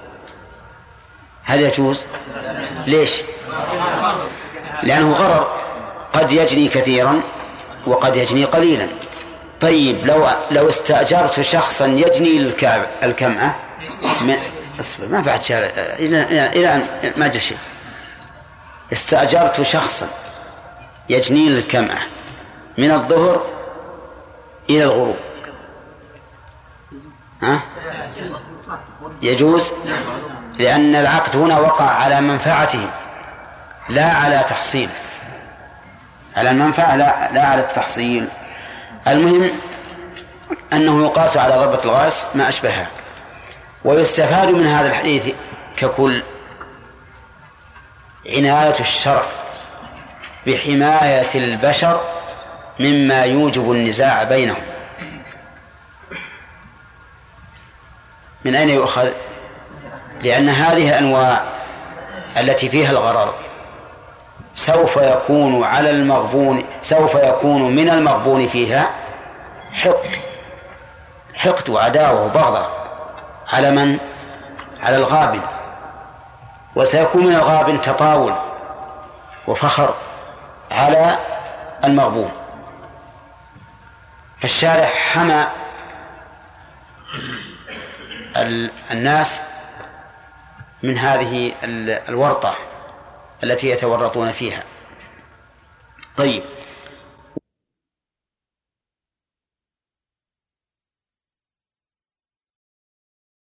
هل يجوز؟ ليش؟ لأنه غرر، قد يجني كثيرا وقد يجني قليلا. طيب لو لو استأجرت شخصا يجني الكمأة اصبر ما بعد شهر إلى إلى أن ما جاء شيء، استأجرت شخصا يجني الكمأة من الظهر إلى الغروب، ها؟ يجوز، لأن العقد هنا وقع على منفعته لا على تحصيل، على المنفعة لا, لا على التحصيل. المهم أنه يقاس على ضربة الغاز ما أشبهها. ويستفاد من هذا الحديث ككل عناية الشرع بحماية البشر مما يوجب النزاع بينهم. من أين يؤخذ؟ لأن هذه الأنواع التي فيها الغرر سوف يكون على المغبون سوف يكون من المغبون فيها حقد حقد وعداوة وبغضة على من؟ على الغابن، وسيكون من الغابن تطاول وفخر على المغبون. فالشارع حمى الناس من هذه الورطة التي يتورطون فيها. طيب